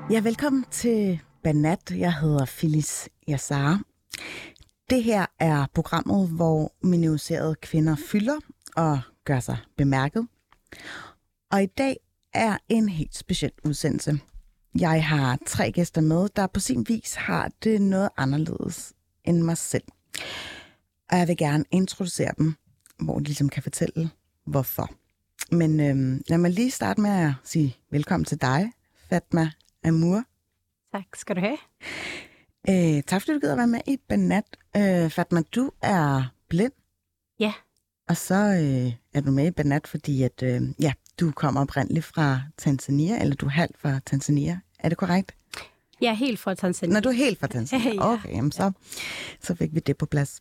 Ja, velkommen til Banat. Jeg hedder Phyllis Yassar. Det her er programmet, hvor minoriserede kvinder fylder og gør sig bemærket. Og i dag er en helt speciel udsendelse. Jeg har 3 gæster med, der på sin vis har det noget anderledes end mig selv. Og jeg vil gerne introducere dem, hvor de ligesom kan fortælle, hvorfor. Men lad mig lige starte med at sige velkommen til dig, Fatma Amour. Tak skal du have. Tak fordi du gider være med i Banat. Fatma, du er blind. Ja. Og så er du med i Banat, fordi at, du kommer oprindeligt fra Tanzania, eller du er halvt fra Tanzania. Er det korrekt? Jeg er helt fra Tanzania. Når du er helt fra Tanzania? Ja. Okay, jamen så fik vi det på plads.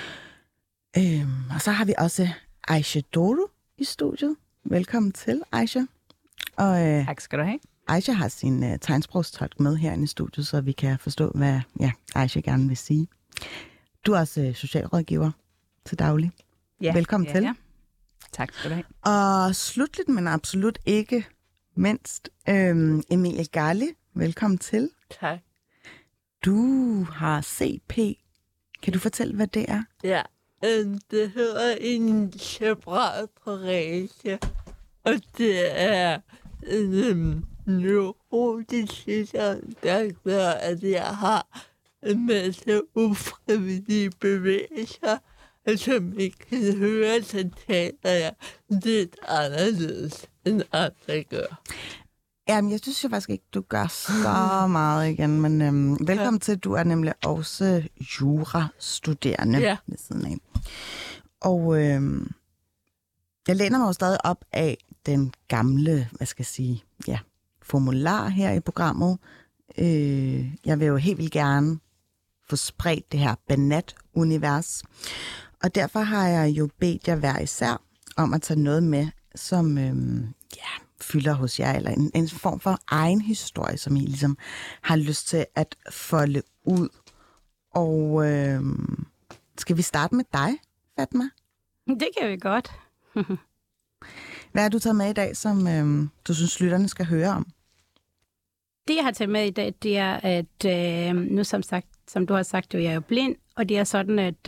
Og så har vi også Aisha Doru i studiet. Velkommen til, Aisha. Og, tak skal du have. Aisha har sin tegnsprogstolk med herinde i studiet, så vi kan forstå, hvad Aisha gerne vil sige. Du er også socialrådgiver til daglig. Ja, velkommen til. Ja. Tak skal du have. Og slutligt, men absolut ikke mindst, Emilie Galli. Velkommen til. Tak. Du har CP. Kan du fortælle, hvad det er? Ja, det hedder en cerebral parese, og det er en neurotisk sygdom, der gør, at jeg har en masse ufrivillige bevægelser, og som ikke kan høre, så taler jeg lidt anderledes, end andre gør. Jamen, jeg synes jo faktisk ikke, du gør så meget igen, men velkommen til. Du er nemlig også jurastuderende ved siden af. Og jeg læner mig jo stadig op af den gamle, formular her i programmet. Jeg vil jo helt vildt gerne få spredt det her Banat-univers. Og derfor har jeg jo bedt jer hver især om at tage noget med, som fylder hos jer, eller en form for egen historie, som I ligesom har lyst til at folde ud. Og skal vi starte med dig, Fatma? Det kan vi godt. Hvad har du taget med i dag, som du synes, lytterne skal høre om? Det, jeg har taget med i dag, det er, at nu som du har sagt, jeg er jo blind, og det er sådan, at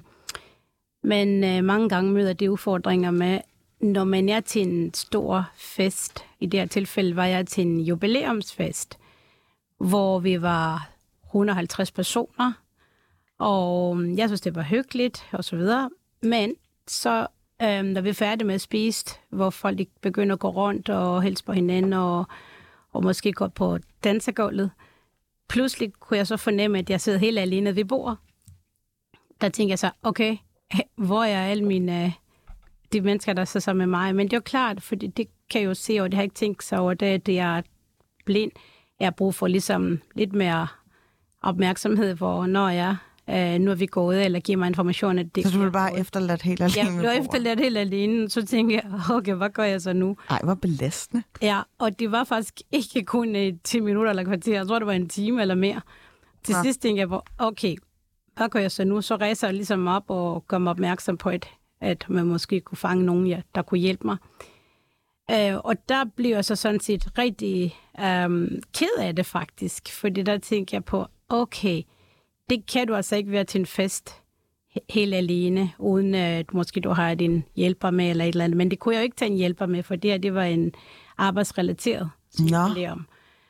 man mange gange møder de udfordringer med, når man er til en stor fest. I det her tilfælde var jeg til en jubilæumsfest, hvor vi var 150 personer, og jeg synes, det var hyggeligt og så videre. Men så, når vi er færdige med at spise, hvor folk begynder at gå rundt og hilse på hinanden og måske gå på dansegulvet, pludselig kunne jeg så fornemme, at jeg sidder helt alene ved bordet. Der tænker jeg så, okay, hvor er alle mine de mennesker, der sidder med mig? Men det er jo klart, for det kan jeg jo se, og det har jeg ikke tænkt sig over, det jeg er blind. Jeg har brug for ligesom lidt mere opmærksomhed, hvor når jeg nu er vi gået, eller giver mig information, at det... Så du blev bare efterladt helt alene? Jeg blev efterladt helt alene, så tænkte jeg, okay, hvad gør jeg så nu? Ej, hvor belastende. Ja, og det var faktisk ikke kun 10 minutter eller kvarter, jeg tror, det var en time eller mere. Til sidst tænkte jeg, okay, hvad gør jeg så nu? Så rejser jeg ligesom op og gør mig opmærksom på, at man måske kunne fange nogen, der kunne hjælpe mig. Og der bliver jeg så sådan set rigtig ked af det faktisk, fordi der tænker jeg på, okay, det kan du altså ikke være til en fest helt alene, uden at måske du har din hjælper med eller et eller andet. Men det kunne jeg jo ikke tage en hjælper med, for det var en arbejdsrelateret jubilæum.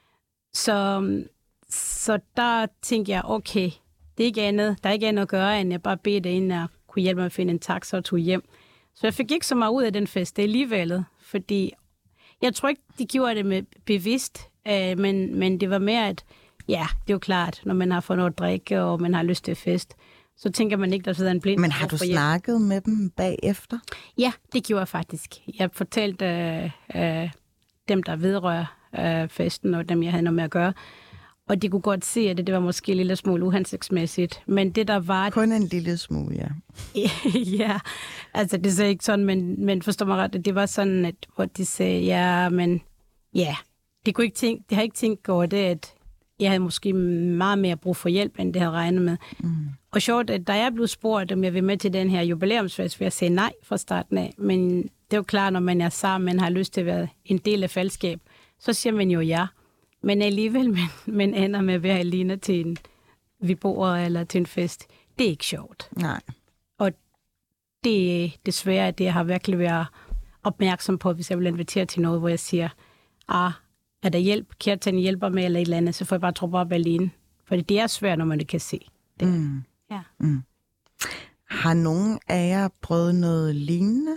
Så der tænker jeg, okay, det er ikke andet, der er ikke andet at gøre, end jeg bare beder det ind og kunne hjælpe mig at finde en taxa og tog hjem. Så jeg fik ikke så meget ud af den fest, det er alligevel, fordi jeg tror ikke, de gjorde det med bevidst, men det var mere, at ja, det er jo klart, når man har fået noget at drikke, og man har lyst til fest, så tænker man ikke, der sidder en blind. Men har du snakket med dem bagefter? Ja, det gjorde jeg faktisk. Jeg fortalte dem, der vedrører festen, og dem, jeg havde noget med at gøre. Og de kunne godt se, at det var måske en lille smule uhensigtsmæssigt. Men det, der var... Kun en lille smule, ja. Ja, altså det er ikke sådan, men forstår mig ret, det var sådan, at hvor de sagde, ja, men ja, det har ikke tænkt over det, at jeg havde måske meget mere brug for hjælp, end det havde regnet med. Mm. Og sjovt, at da jeg blev spurgt, om jeg vil med til den her jubilæumsfest, vil jeg sige nej fra starten af. Men det er jo klart, når man er sammen, man har lyst til at være en del af fællesskab, så siger man jo ja. Men alligevel, men ender med at være alene til en vi bor eller til en fest. Det er ikke sjovt. Nej. Og det er desværre, at jeg har virkelig været opmærksom på, hvis jeg vil invitere til noget, hvor jeg siger, er der hjælp? Kjartan hjælper med eller et eller andet, så får jeg bare tropper op alene. For det er svært, når man ikke kan se det. Mm. Ja. Mm. Har nogen af jer prøvet noget lignende?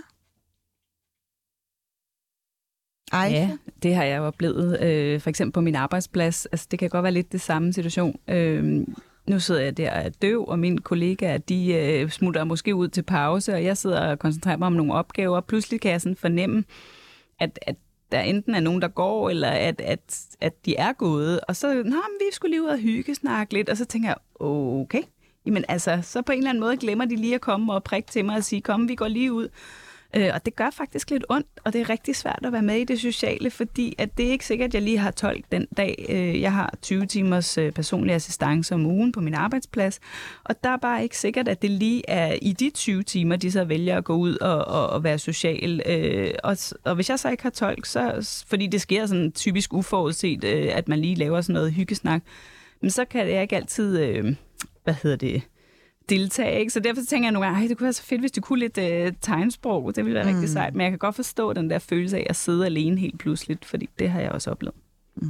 Ej. Ja, det har jeg jo oplevet. For eksempel på min arbejdsplads. Altså, det kan godt være lidt det samme situation. Nu sidder jeg der og er døv, og mine kollegaer, de smutter måske ud til pause, og jeg sidder og koncentrerer mig om nogle opgaver, og pludselig kan jeg sådan fornemme, at der enten er nogen, der går, eller at de er gået, og så, vi skulle lige ud og hyggesnakke lidt, og så tænker jeg, okay, jamen altså, så på en eller anden måde glemmer de lige at komme og prikke til mig og sige, kom, vi går lige ud. Og det gør faktisk lidt ondt, og det er rigtig svært at være med i det sociale, fordi at det er ikke sikkert, at jeg lige har tolk den dag. Jeg har 20 timers personlig assistance om ugen på min arbejdsplads, og der er bare ikke sikkert, at det lige er i de 20 timer, de så vælger at gå ud og være social. Og hvis jeg så ikke har tolk, så, fordi det sker sådan typisk uforudset, at man lige laver sådan noget hyggesnak, men så kan jeg ikke altid, deltage, ikke? Så derfor tænker jeg nogle gange, det kunne være så fedt, hvis du kunne lidt tegnsprog. Det ville være rigtig sejt. Men jeg kan godt forstå den der følelse af at sidde alene helt pludseligt, fordi det har jeg også oplevet. Mm.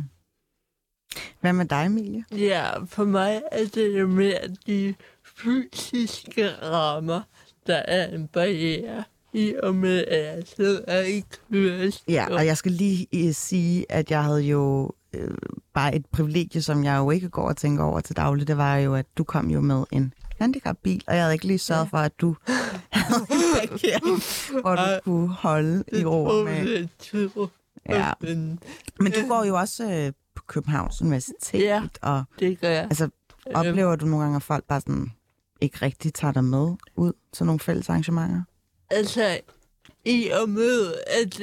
Hvad med dig, Emilie? Ja, for mig er det jo mere de fysiske rammer, der er en barriere i og med, at jeg sidder i kørestol. Ja, og jeg skal lige sige, at jeg havde jo bare et privilegie, som jeg jo ikke går og tænker over til daglig. Det var jo, at du kom jo med en handicapbil, og jeg havde ikke lige sørget for, at du havde en parkering, hvor du kunne holde i ro med. Ja. Men du går jo også på Københavns Universitet, og det gør jeg. Altså, oplever du nogle gange, at folk bare sådan ikke rigtig tager dig med ud til nogle fælles arrangementer? Altså, i og med, at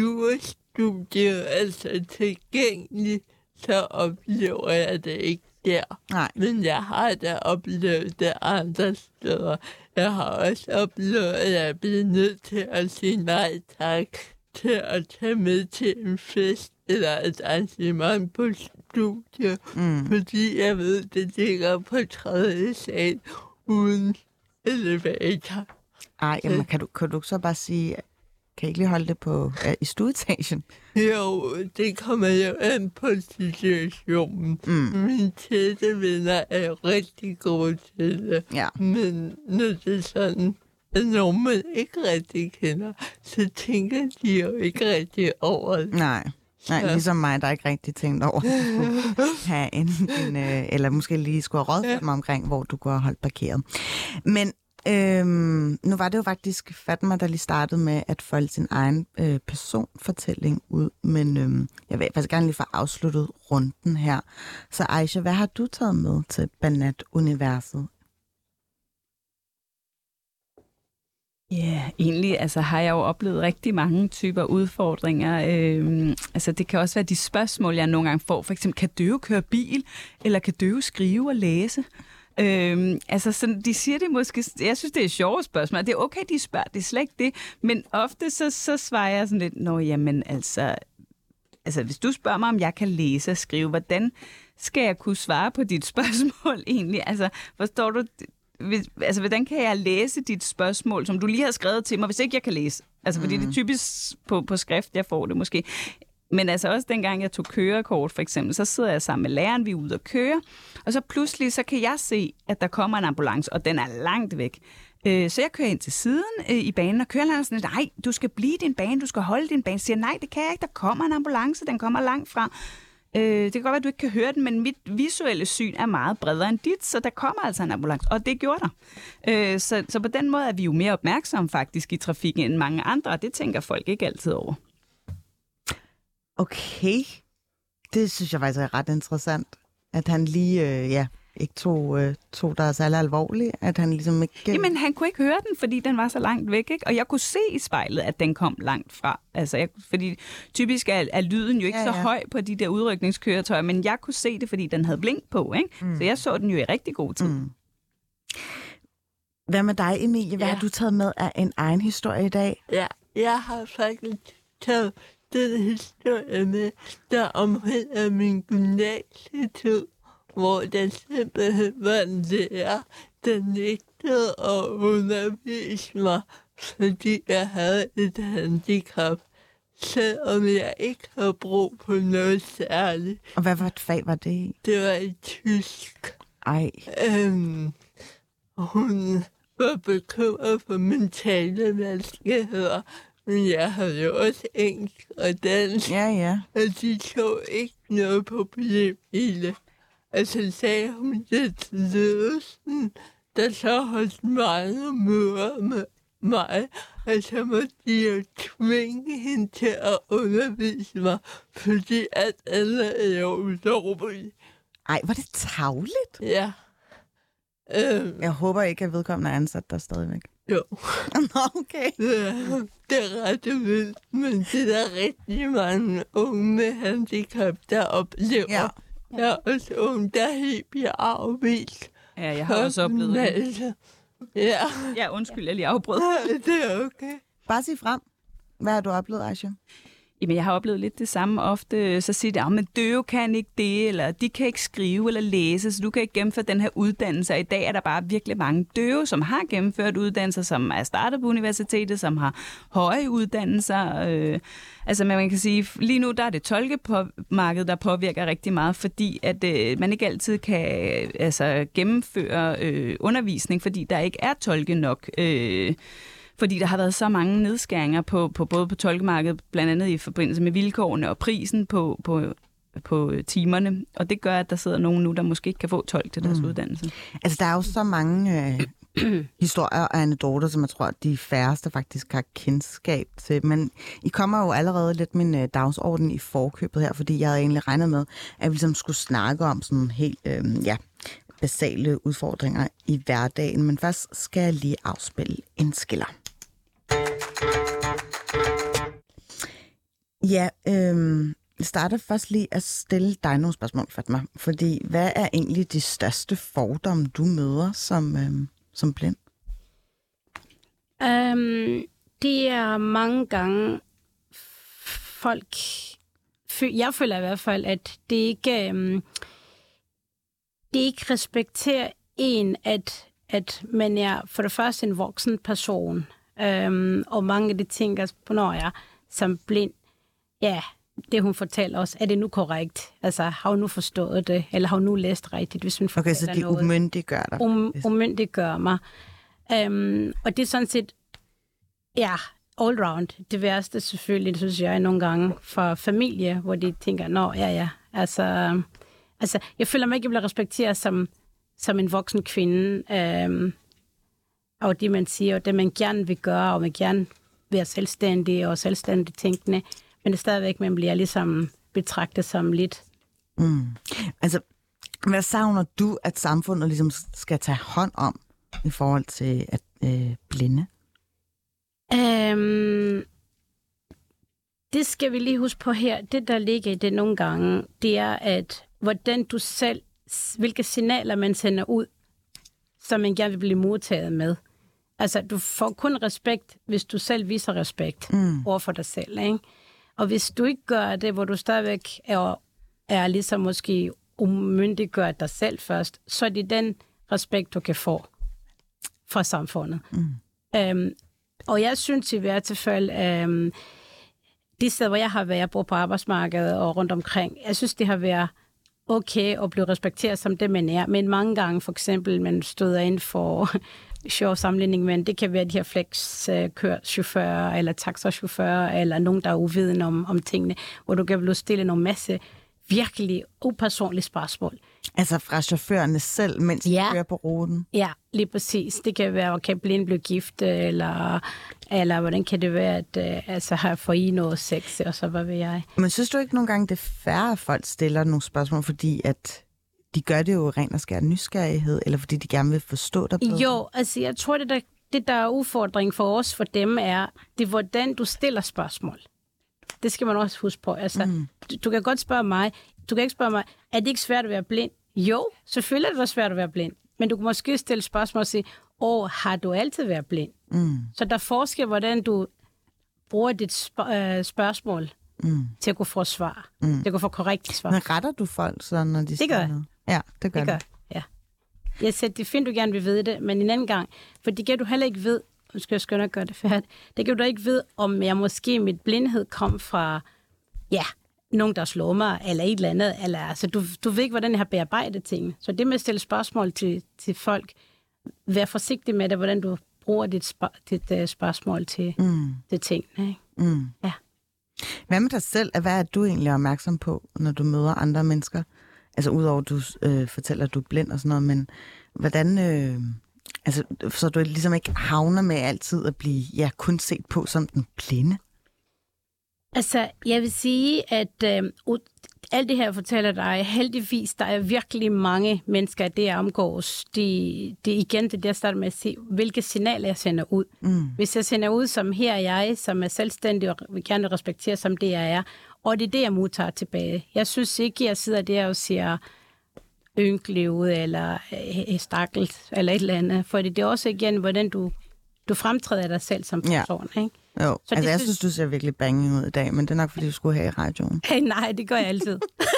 jurastudiet er tilgængeligt, så oplever jeg det ikke der. Nej. Men jeg har da oplevet det andre steder. Jeg har også oplevet, at jeg er blevet nødt til at sige nej tak til at tage med til en fest eller et arrangement på studiet, fordi jeg ved, det ligger på 3. sal uden elevator. Ej, jamen, kan du så bare sige, kan I ikke lige holde det på i stueetagen? Jo, det kommer jo an på situationen. Mine tætte venner er rigtig gode til det. Ja. Men når det er sådan, at nogen man ikke rigtig kender, så tænker de jo ikke rigtig over det. Nej, ligesom mig, der ikke rigtig tænkt over, at du skulle have eller måske lige skulle have rådført mig omkring, hvor du kunne have holdt parkeret. Men nu var det jo faktisk Fatma, der lige startede med at folde sin egen personfortælling ud, men jeg vil faktisk gerne lige få afsluttet runden her. Så Aisha, hvad har du taget med til Banat-universet? Ja, egentlig har jeg jo oplevet rigtig mange typer udfordringer. Det kan også være de spørgsmål, jeg nogle gange får. For eksempel, kan døve køre bil, eller kan døve skrive og læse? Sådan, de siger det måske, jeg synes, det er sjove spørgsmål. Det er okay, de spørger, det er slet ikke det. Men ofte så svarer jeg sådan lidt, altså hvis du spørger mig, om jeg kan læse og skrive, hvordan skal jeg kunne svare på dit spørgsmål egentlig? Altså, forstår du? Hvordan kan jeg læse dit spørgsmål, som du lige har skrevet til mig, hvis ikke jeg kan læse? Altså, fordi det er typisk på skrift, jeg får det måske. Men altså også dengang jeg tog kørekort for eksempel, så sidder jeg sammen med læreren, vi er ude og køre, og så pludselig så kan jeg se, at der kommer en ambulance, og den er langt væk. Så jeg kører ind til siden i banen, og kørelæreren sådan, nej, du skal blive din bane, du skal holde din bane. Så siger nej, det kan jeg ikke, der kommer en ambulance, den kommer langt fra. Det kan godt være, at du ikke kan høre den, men mit visuelle syn er meget bredere end dit, så der kommer altså en ambulance, og det gjorde der. Så på den måde er vi jo mere opmærksomme faktisk i trafikken end mange andre, og det tænker folk ikke altid over. Okay, det synes jeg faktisk er ret interessant, at han lige ikke tog der særlig alvorligt, at han ligesom ikke... Jamen, han kunne ikke høre den, fordi den var så langt væk, ikke? Og jeg kunne se i spejlet, at den kom langt fra. Altså, fordi typisk er lyden jo ikke så høj på de der udrykningskøretøjer, men jeg kunne se det, fordi den havde blink på, ikke? Så jeg så den jo i rigtig god tid. Hvad med dig, Emilie? Hvad har du taget med af en egen historie i dag? Ja, jeg har faktisk taget den historie med, der omhandler min gymnasietid, hvor der simpelthen var en lærer, der nægtede at undervise mig, fordi jeg havde et handicap, selvom jeg ikke havde brug for noget særligt. Og hvad for et fag var det i? Det var i tysk. Ej. Hun var bekymret for min talevanskeligheder, men jeg havde jo også engelsk og dansk, Ja. og de så ikke noget problem i det. Og så sagde hun det til ledelsen, der så holdt mange møder med mig, og så måtte de jo tvinge hende til at undervise mig, fordi at alle er jo ulovlige. Ej, var det tarveligt? Ja. Jeg håber ikke, at vedkommende er ansat der stadigvæk. Jo. Nå, okay. Det er ret vildt, men det er der rigtig mange unge med handicap, der oplever. Ja. Der er også unge, der helt bliver afvist. Ja, jeg har også oplevet det. Altså, ja. Ja, undskyld, jeg lige afbrød. Det er okay. Bare sig frem. Hvad har du oplevet, Aisha? Jamen, jeg har oplevet lidt det samme. Ofte så siger de, men døve kan ikke det, eller de kan ikke skrive eller læse, så du kan ikke gennemføre den her uddannelse. Og i dag er der bare virkelig mange døve, som har gennemført uddannelser, som er startet på universitetet, som har høje uddannelser. Altså, man kan sige, lige nu der er det tolkemarkedet, der påvirker rigtig meget, fordi at man ikke altid kan gennemføre undervisning, fordi der ikke er tolke nok. Fordi der har været så mange nedskæringer på både på tolkemarkedet, blandt andet i forbindelse med vilkårene og prisen på timerne. Og det gør, at der sidder nogen nu, der måske ikke kan få tolk til deres uddannelse. Altså, der er jo så mange historier og anekdoter, som jeg tror, at de færreste faktisk har kendskab til. Men I kommer jo allerede lidt min dagsorden i forkøbet her, fordi jeg havde egentlig regnet med, at vi ligesom skulle snakke om sådan helt basale udfordringer i hverdagen. Men først skal jeg lige afspille en skiller. Ja, jeg starter først lige at stille dig nogle spørgsmål, Fatma. Fordi hvad er egentlig de største fordomme, du møder som blind? Det er mange gange folk... Jeg føler i hvert fald, at det ikke respekterer en, at man er for det første en voksen person. Og mange af de tænker på, når jeg som blind, ja, det hun fortæller os, er det nu korrekt? Altså, har hun nu forstået det? Eller har hun nu læst rigtigt, hvis hun Okay, så de umyndiggør dig? Umyndiggør mig. Og det er sådan set, ja, all round. Det værste selvfølgelig, det synes jeg nogle gange, for familie, hvor de tænker, nå, ja, altså, jeg føler mig ikke, at jeg bliver respekteret som en voksen kvinde, og det man siger, og det man gerne vil gøre, og man gerne være selvstændig og selvstændigt tænkende, men det er stadigvæk, man bliver ligesom betragtet som lidt. Altså, hvad savner du, at samfundet ligesom skal tage hånd om i forhold til at blinde? Det skal vi lige huske på her. Det, der ligger i det nogle gange, det er, at hvordan du selv, hvilke signaler man sender ud, som man gerne vil blive modtaget med. Altså, du får kun respekt, hvis du selv viser respekt overfor dig selv, ikke? Og hvis du ikke gør det, hvor du stadigvæk er ligesom måske umyndiggør dig selv først, så er det den respekt, du kan få fra samfundet. Og jeg synes i hvert fald, de steder, hvor jeg har været, jeg bor på arbejdsmarkedet og rundt omkring, jeg synes, det har været okay at blive respekteret som det, man er. Men mange gange, for eksempel, man støder ind for sjov sammenligning, men det kan være de her flexkørchauffører eller taxachauffører eller nogen, der er uviden om tingene, hvor du kan blive stille nogle masse virkelig upersonlige spørgsmål. Altså fra chaufførerne selv, mens de kører på ruten? Ja, lige præcis. Det kan være, kan blind blive gift, eller hvordan kan det være, at har for I noget sex, og så hvad ved jeg. Men synes du ikke nogle gange, det er færre, at folk stiller nogle spørgsmål, fordi at de gør det jo ren og skær nysgerrighed, eller fordi de gerne vil forstå dig bedre? Jo, altså jeg tror, det der er udfordring for os, for dem er, det er, hvordan du stiller spørgsmål. Det skal man også huske på. Altså, du kan godt spørge mig, du kan ikke spørge mig, er det ikke svært at være blind? Jo, selvfølgelig er det svært at være blind. Men du kan måske stille spørgsmål og sige, har du altid været blind? Så der er forskel, hvordan du bruger dit spørgsmål. til at kunne få svar. Til at kunne få korrekt svar. Men retter du folk så, når de Det siger gør noget? Ja, det gør jeg. Ja. Jeg siger, det er fint, du gerne vil vide det, men en anden gang, for det kan du heller ikke vide, nu skal jeg skynde at gøre det færdigt, det kan du ikke vide, om jeg måske mit blindhed kom fra, nogen, der slår mig, eller et eller andet. Eller, altså, du ved ikke, hvordan jeg har bearbejdet ting. Så det med at stille spørgsmål til folk, vær forsigtig med det, hvordan du bruger dit spørgsmål til tingene. Ikke? Ja. Hvad med dig selv? Hvad er du egentlig opmærksom på, når du møder andre mennesker? Altså udover at du fortæller, at du er blind og sådan noget, men hvordan... så du ligesom ikke havner med altid at blive kun set på som den blinde? Altså, jeg vil sige, at alt det her, jeg fortæller dig, heldigvis, der er virkelig mange mennesker, der omgås. Det igen, det der starter med at se, hvilke signaler jeg sender ud. Hvis jeg sender ud som her er jeg, som er selvstændig og vil gerne respektere som det jeg er, og det er det, jeg modtager tilbage. Jeg synes ikke, jeg sidder der og siger ynkelig ud, eller stakkels, eller et eller andet. For det er også igen, hvordan du fremtræder dig selv som person, ikke? Jo, så altså jeg synes, du ser virkelig banging ud i dag, men det er nok, fordi du skulle have i radioen. Hey, nej, det gør jeg altid.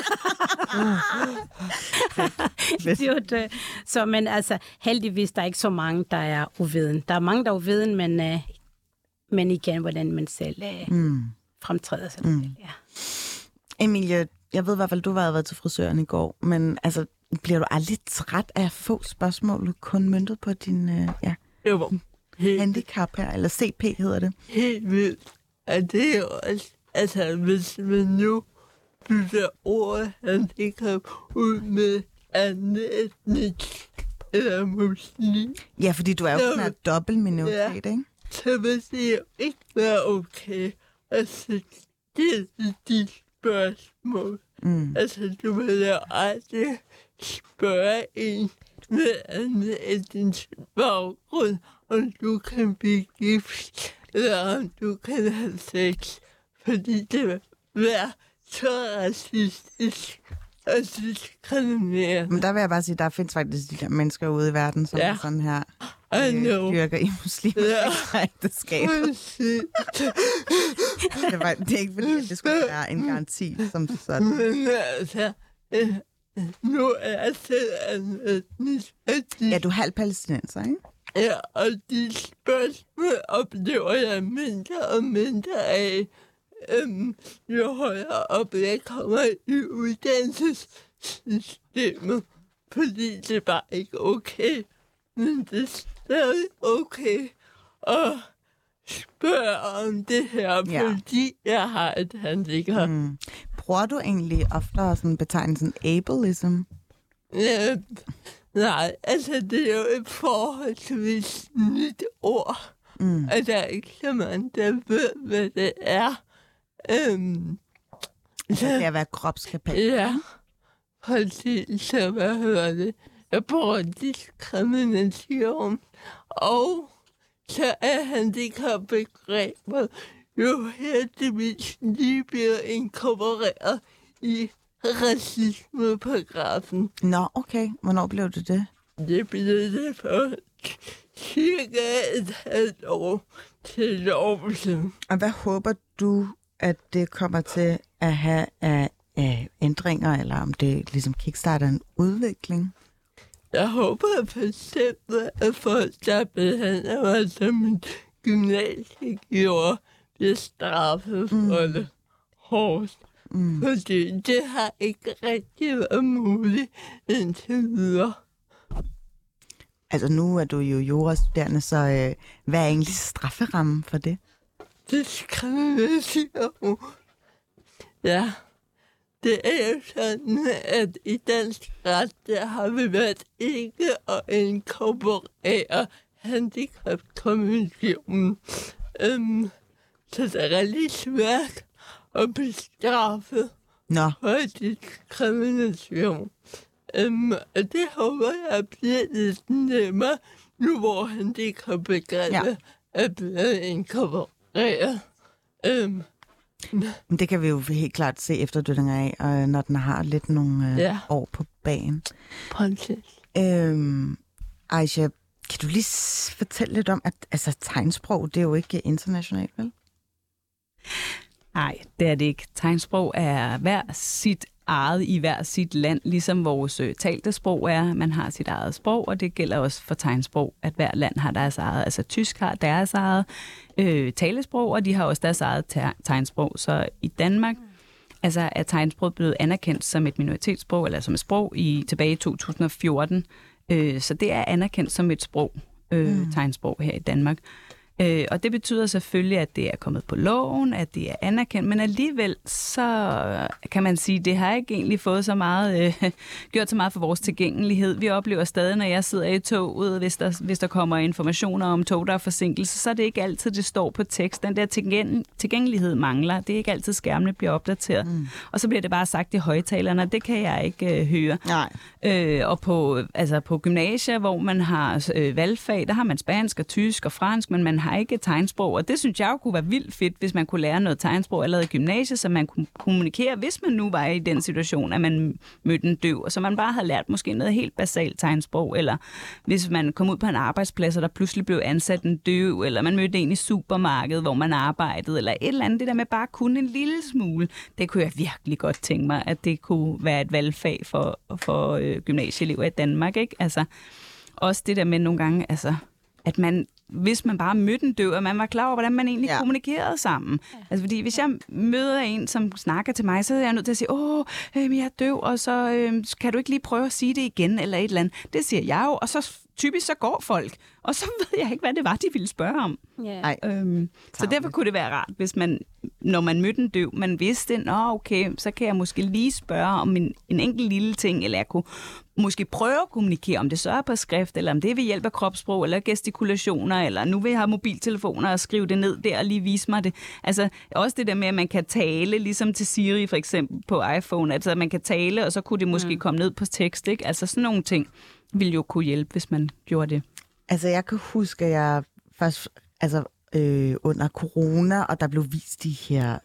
Så, men altså, heldigvis, der er ikke så mange, der er uviden. Der er mange, der er uviden, men igen, hvordan man selv fremtræder sig selv, ja. Emilie, jeg ved i hvert fald, du har været til frisøren i går, men altså, bliver du aldrig træt af at få spørgsmål, kun møntet på din handicap her, eller CP hedder det? Helt vildt. Og det er jo også, altså hvis man nu bytter ordet handicap ud med anden etnisk eller muslim. Ja, fordi du er jo sådan en dobbelt minoritet, ikke? Så vil det jo ikke være okay at stille de spørgsmål. Altså, du vil jo aldrig spørge en med anden etnisk baggrund, om du kan blive gift, eller om du kan have sex. Fordi det vil være så racistisk og diskriminerende. Men der vil jeg bare sige, der findes faktisk de der mennesker ude i verden, som er sådan her dyrker i muslimer ægteskab. Det er ikke fordi, det skulle være en garanti som sådan. Men altså, nu er jeg selv en etnisk. Ja, du er halv palæstinenser, ikke? Ja, og de spørgsmål oplever jeg mindre og mindre af, jo højere op jeg kommer i uddannelsessystemet, fordi det er bare ikke okay. Men det er stadig okay at spørge om det her, fordi jeg har et handicap. Bruger du egentlig oftere sådan betegnelsen ableism? Nej, altså det er jo et forholdsvis nyt ord. Og der er ikke så mange, der ved, hvad det er. Altså det at være kropskapabel? Ja, præcis. Så hvad hedder det? Jeg bruger diskrimination. Og så er handicapbegrebet jo heldigvis lige blevet inkorporeret i racismeparagrafen. Nå, okay. Hvornår blev det det? Det blev det for cirka et halvt år til lov siden. Og hvad håber du, at det kommer til at have af ændringer, eller om det ligesom kickstarter en udvikling? Jeg håber for eksempel, at folk, der behandler mig som en gymnasiegiver, bliver straffet for det hårdt. Fordi det har ikke rigtig været muligt indtil videre. Altså nu er du jo jurastuderende, så hvad er egentlig strafferammen for det? Diskrimination. Ja, det er jo sådan, at i dansk ret, der har vi været ikke at inkorporere handicapkonventionen. Så det er lidt svært at bestraffe for diskrimination. Og det håber jeg bliver lidt nemmere, nu hvor handicapbegrebet er blevet inkorporeret. Det kan vi jo helt klart se efterdønninger af, og når den har lidt nogle år på bagen. Præcis. Aisha, kan du lige fortælle lidt om, at altså, tegnsprog, det er jo ikke internationalt, vel? Nej, det er det ikke. Tegnsprog er hver sit eget i hver sit land, ligesom vores talte sprog er. Man har sit eget sprog, og det gælder også for tegnsprog, at hver land har deres eget. Altså tysk har deres eget talesprog, og de har også deres eget tegnsprog. Så i Danmark er tegnsprog blevet anerkendt som et minoritetssprog, eller som et sprog tilbage i 2014. Så det er anerkendt som et sprog, tegnsprog her i Danmark. Og det betyder selvfølgelig, at det er kommet på loven, at det er anerkendt, men alligevel så kan man sige, at det har ikke egentlig fået så meget, gjort så meget for vores tilgængelighed. Vi oplever stadig, når jeg sidder i toget, hvis der kommer informationer om tog, der er forsinkelse, så er det ikke altid, det står på tekst. Den der tilgængelighed mangler. Det er ikke altid, skærmene bliver opdateret. Og så bliver det bare sagt i højtalerne, og det kan jeg ikke høre. Nej. Og på gymnasier, hvor man har valgfag, der har man spansk og tysk og fransk, men man har ikke tegnsprog, og det synes jeg jo kunne være vildt fedt, hvis man kunne lære noget tegnsprog allerede i gymnasiet, så man kunne kommunikere, hvis man nu var i den situation, at man mødte en døv, og så man bare havde lært måske noget helt basalt tegnsprog, eller hvis man kom ud på en arbejdsplads, og der pludselig blev ansat en døv, eller man mødte en i supermarkedet, hvor man arbejdede, eller et eller andet, det der med bare kun en lille smule, det kunne jeg virkelig godt tænke mig, at det kunne være et valgfag for gymnasieelever i Danmark, ikke? Altså, også det der med nogle gange, at man, hvis man bare mødte en døv, og man var klar over, hvordan man egentlig kommunikerede sammen. Altså, fordi hvis jeg møder en, som snakker til mig, så er jeg nødt til at sige, jeg er døv, og så kan du ikke lige prøve at sige det igen, eller et eller andet. Det siger jeg jo, og så typisk så går folk, og så ved jeg ikke, hvad det var, de ville spørge om. Yeah. Så derfor kunne det være rart, hvis man, når man mødte en døv, man vidste, okay, så kan jeg måske lige spørge om en enkelt lille ting, eller jeg kunne måske prøve at kommunikere, om det så er på skrift, eller om det er ved hjælp af kropssprog, eller gestikulationer, eller nu vil jeg have mobiltelefoner og skrive det ned der og lige vise mig det. Altså også det der med, at man kan tale, ligesom til Siri for eksempel på iPhone, altså man kan tale, og så kunne det måske komme ned på tekst, ikke? Altså sådan nogle ting ville jo kunne hjælpe, hvis man gjorde det. Altså jeg kan huske, at jeg først, under corona, og der blev vist de her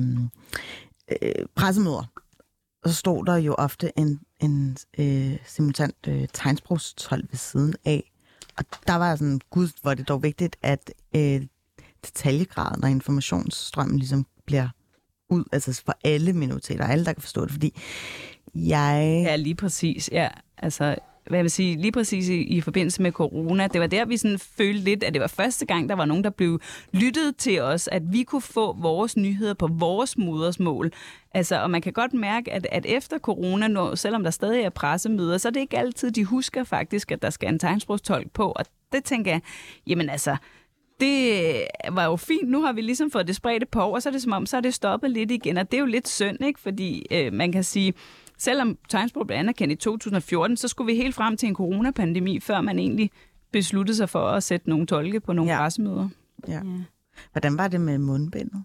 pressemøder, og så stod der jo ofte en simultant tegnsprogstolk ved siden af. Og der var sådan, gud, hvor det dog vigtigt, at detaljegraden og informationsstrømmen ligesom bliver ud, altså for alle minoriteter, alle der kan forstå det, fordi Ja, lige præcis, ja. Altså, hvad jeg vil sige, lige præcis i forbindelse med corona, det var der, vi sådan følte lidt, at det var første gang, der var nogen, der blev lyttet til os, at vi kunne få vores nyheder på vores modersmål. Altså, og man kan godt mærke, at efter corona, selvom der stadig er pressemøder, så er det ikke altid, de husker faktisk, at der skal en tegnsprogstolk på. Og det tænker jeg, jamen altså, det var jo fint. Nu har vi ligesom fået det spredt på, og så er det som om, så er det stoppet lidt igen. Og det er jo lidt synd, ikke? Fordi man kan sige, selvom tegnsprog blev anerkendt i 2014, så skulle vi helt frem til en coronapandemi, før man egentlig besluttede sig for at sætte nogle tolke på nogle pressemøder. Ja. Hvordan var det med mundbindet?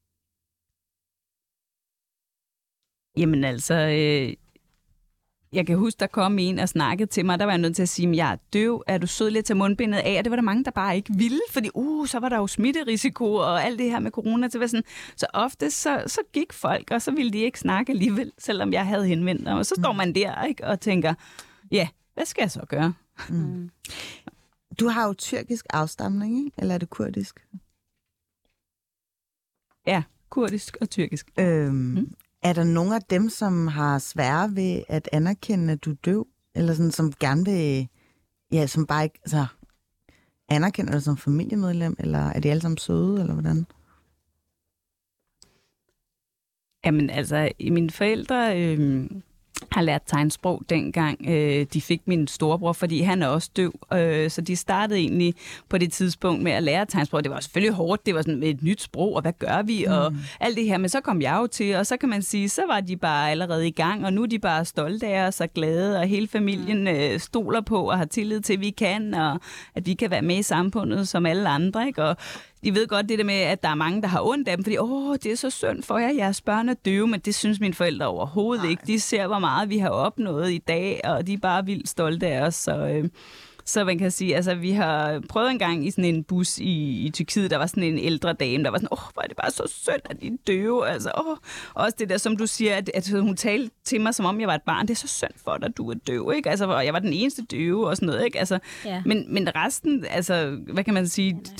Jamen altså, jeg kan huske, der kom en og snakkede til mig, der var jeg nødt til at sige, jeg er døv, er du sød lidt til mundbindet af? Og det var der mange, der bare ikke ville, fordi så var der jo smitterisiko og alt det her med corona. Så ofte så gik folk, og så ville de ikke snakke alligevel, selvom jeg havde henvendt dem. Og så står man der, ikke, og tænker, ja, hvad skal jeg så gøre? Du har jo tyrkisk afstamning, ikke? Eller er det kurdisk? Ja, kurdisk og tyrkisk. Er der nogen af dem, som har svære ved at anerkende, at du er døv? Eller sådan, som gerne vil, som bare ikke anerkender dig som familiemedlem? Eller er de alle sammen søde, eller hvordan? Jamen altså, mine forældre har lært tegnsprog dengang de fik min storebror, fordi han er også døv. Så de startede egentlig på det tidspunkt med at lære tegnsprog. Det var selvfølgelig hårdt, det var sådan et nyt sprog, og hvad gør vi? Og alt det her, men så kom jeg jo til, og så kan man sige, så var de bare allerede i gang, og nu er de bare stolte af os og glade, og hele familien stoler på og har tillid til, at vi kan, og at vi kan være med i samfundet som alle andre, ikke? Og de ved godt det der med, at der er mange, der har ondt af dem, fordi det er så synd for jer, jeres børn er døve, men det synes mine forældre overhovedet ikke. De ser, hvor meget vi har opnået i dag, og de er bare vildt stolte af os. Så man kan sige, altså vi har prøvet en gang i sådan en bus i Tyrkiet, der var sådan en ældre dame, der var sådan, hvor er det bare så synd, at de er døve. Altså, også det der, som du siger, at hun talte til mig, som om jeg var et barn, det er så synd for dig, du er døv, ikke? Altså, og jeg var den eneste døve og sådan noget, ikke? Altså, men resten, altså, hvad kan man sige,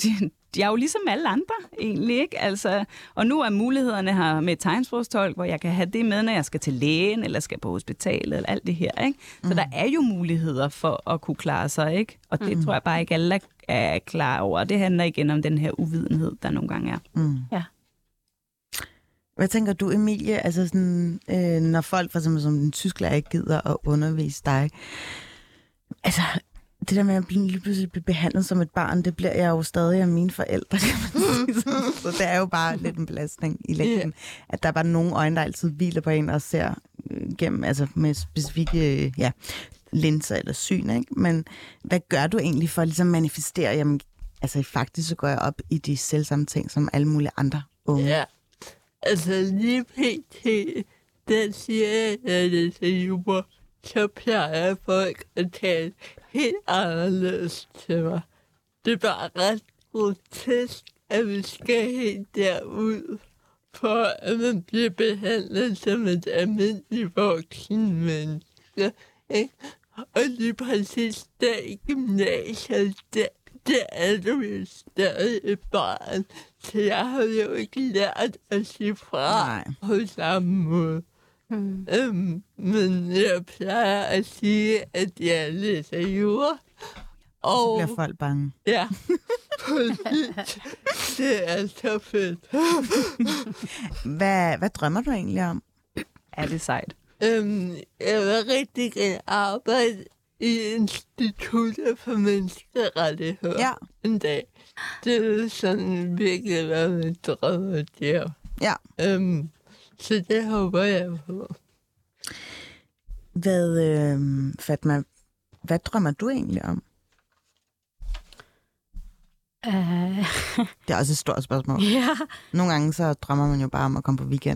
jeg er jo ligesom alle andre, egentlig, ikke? Altså, og nu er mulighederne her med tegnsprogstolk, hvor jeg kan have det med, når jeg skal til lægen, eller skal på hospitalet, eller alt det her, ikke? Så der er jo muligheder for at kunne klare sig, ikke? Og det tror jeg bare ikke alle er klar over. Det handler igen om den her uvidenhed, der nogle gange er. Ja. Hvad tænker du, Emilie, altså sådan, når folk for eksempel som den tysklærer ikke gider at undervise dig, altså det der med at lige pludselig blive behandlet som et barn, det bliver jeg jo stadig af mine forældre, kan man sige. Så det er jo bare lidt en belastning i længden, at der er bare nogle øjne, der altid hviler på en og ser gennem, altså med specifikke linser eller syn, ikke? Men hvad gør du egentlig for at ligesom manifestere, jamen, altså faktisk så går jeg op i de selvsamme ting som alle mulige andre unge? Ja, altså lige pt. Den siger jeg, at det er jubel, så plejer folk at tale helt anderledes til mig. Det er bare ret grotesk, at vi skal helt derud, for at man bliver behandlet som et almindeligt voksen menneske. Ikke? Og lige præcis der i gymnasiet, der er du jo stadig et barn, så jeg har jo ikke lært at sige fra på samme måde. Men jeg plejer at sige, at jeg læser jura. Og så bliver folk bange. Ja, det er så fedt. Hvad drømmer du egentlig om? Er det sejt? Jeg vil rigtig gerne arbejde i Instituttet for Menneskerettigheder en dag. Det er sådan virkelig, hvad min drømme der. Ja. Så det håber jeg på. Fatma, hvad drømmer du egentlig om? Det er også et stort spørgsmål. Ja. Nogle gange så drømmer man jo bare om at komme på weekend.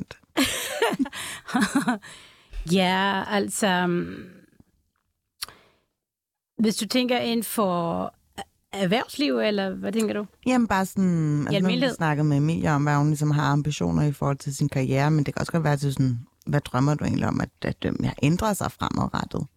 Ja, altså... Hvis du tænker inden for erhvervsliv, eller hvad tænker du? Jamen bare sådan... Altså, nu har vi snakket med Emilie om, hvad hun ligesom har ambitioner i forhold til sin karriere, men det kan også godt være til sådan... Hvad drømmer du egentlig om, at jeg ændrer sig fremadrettet?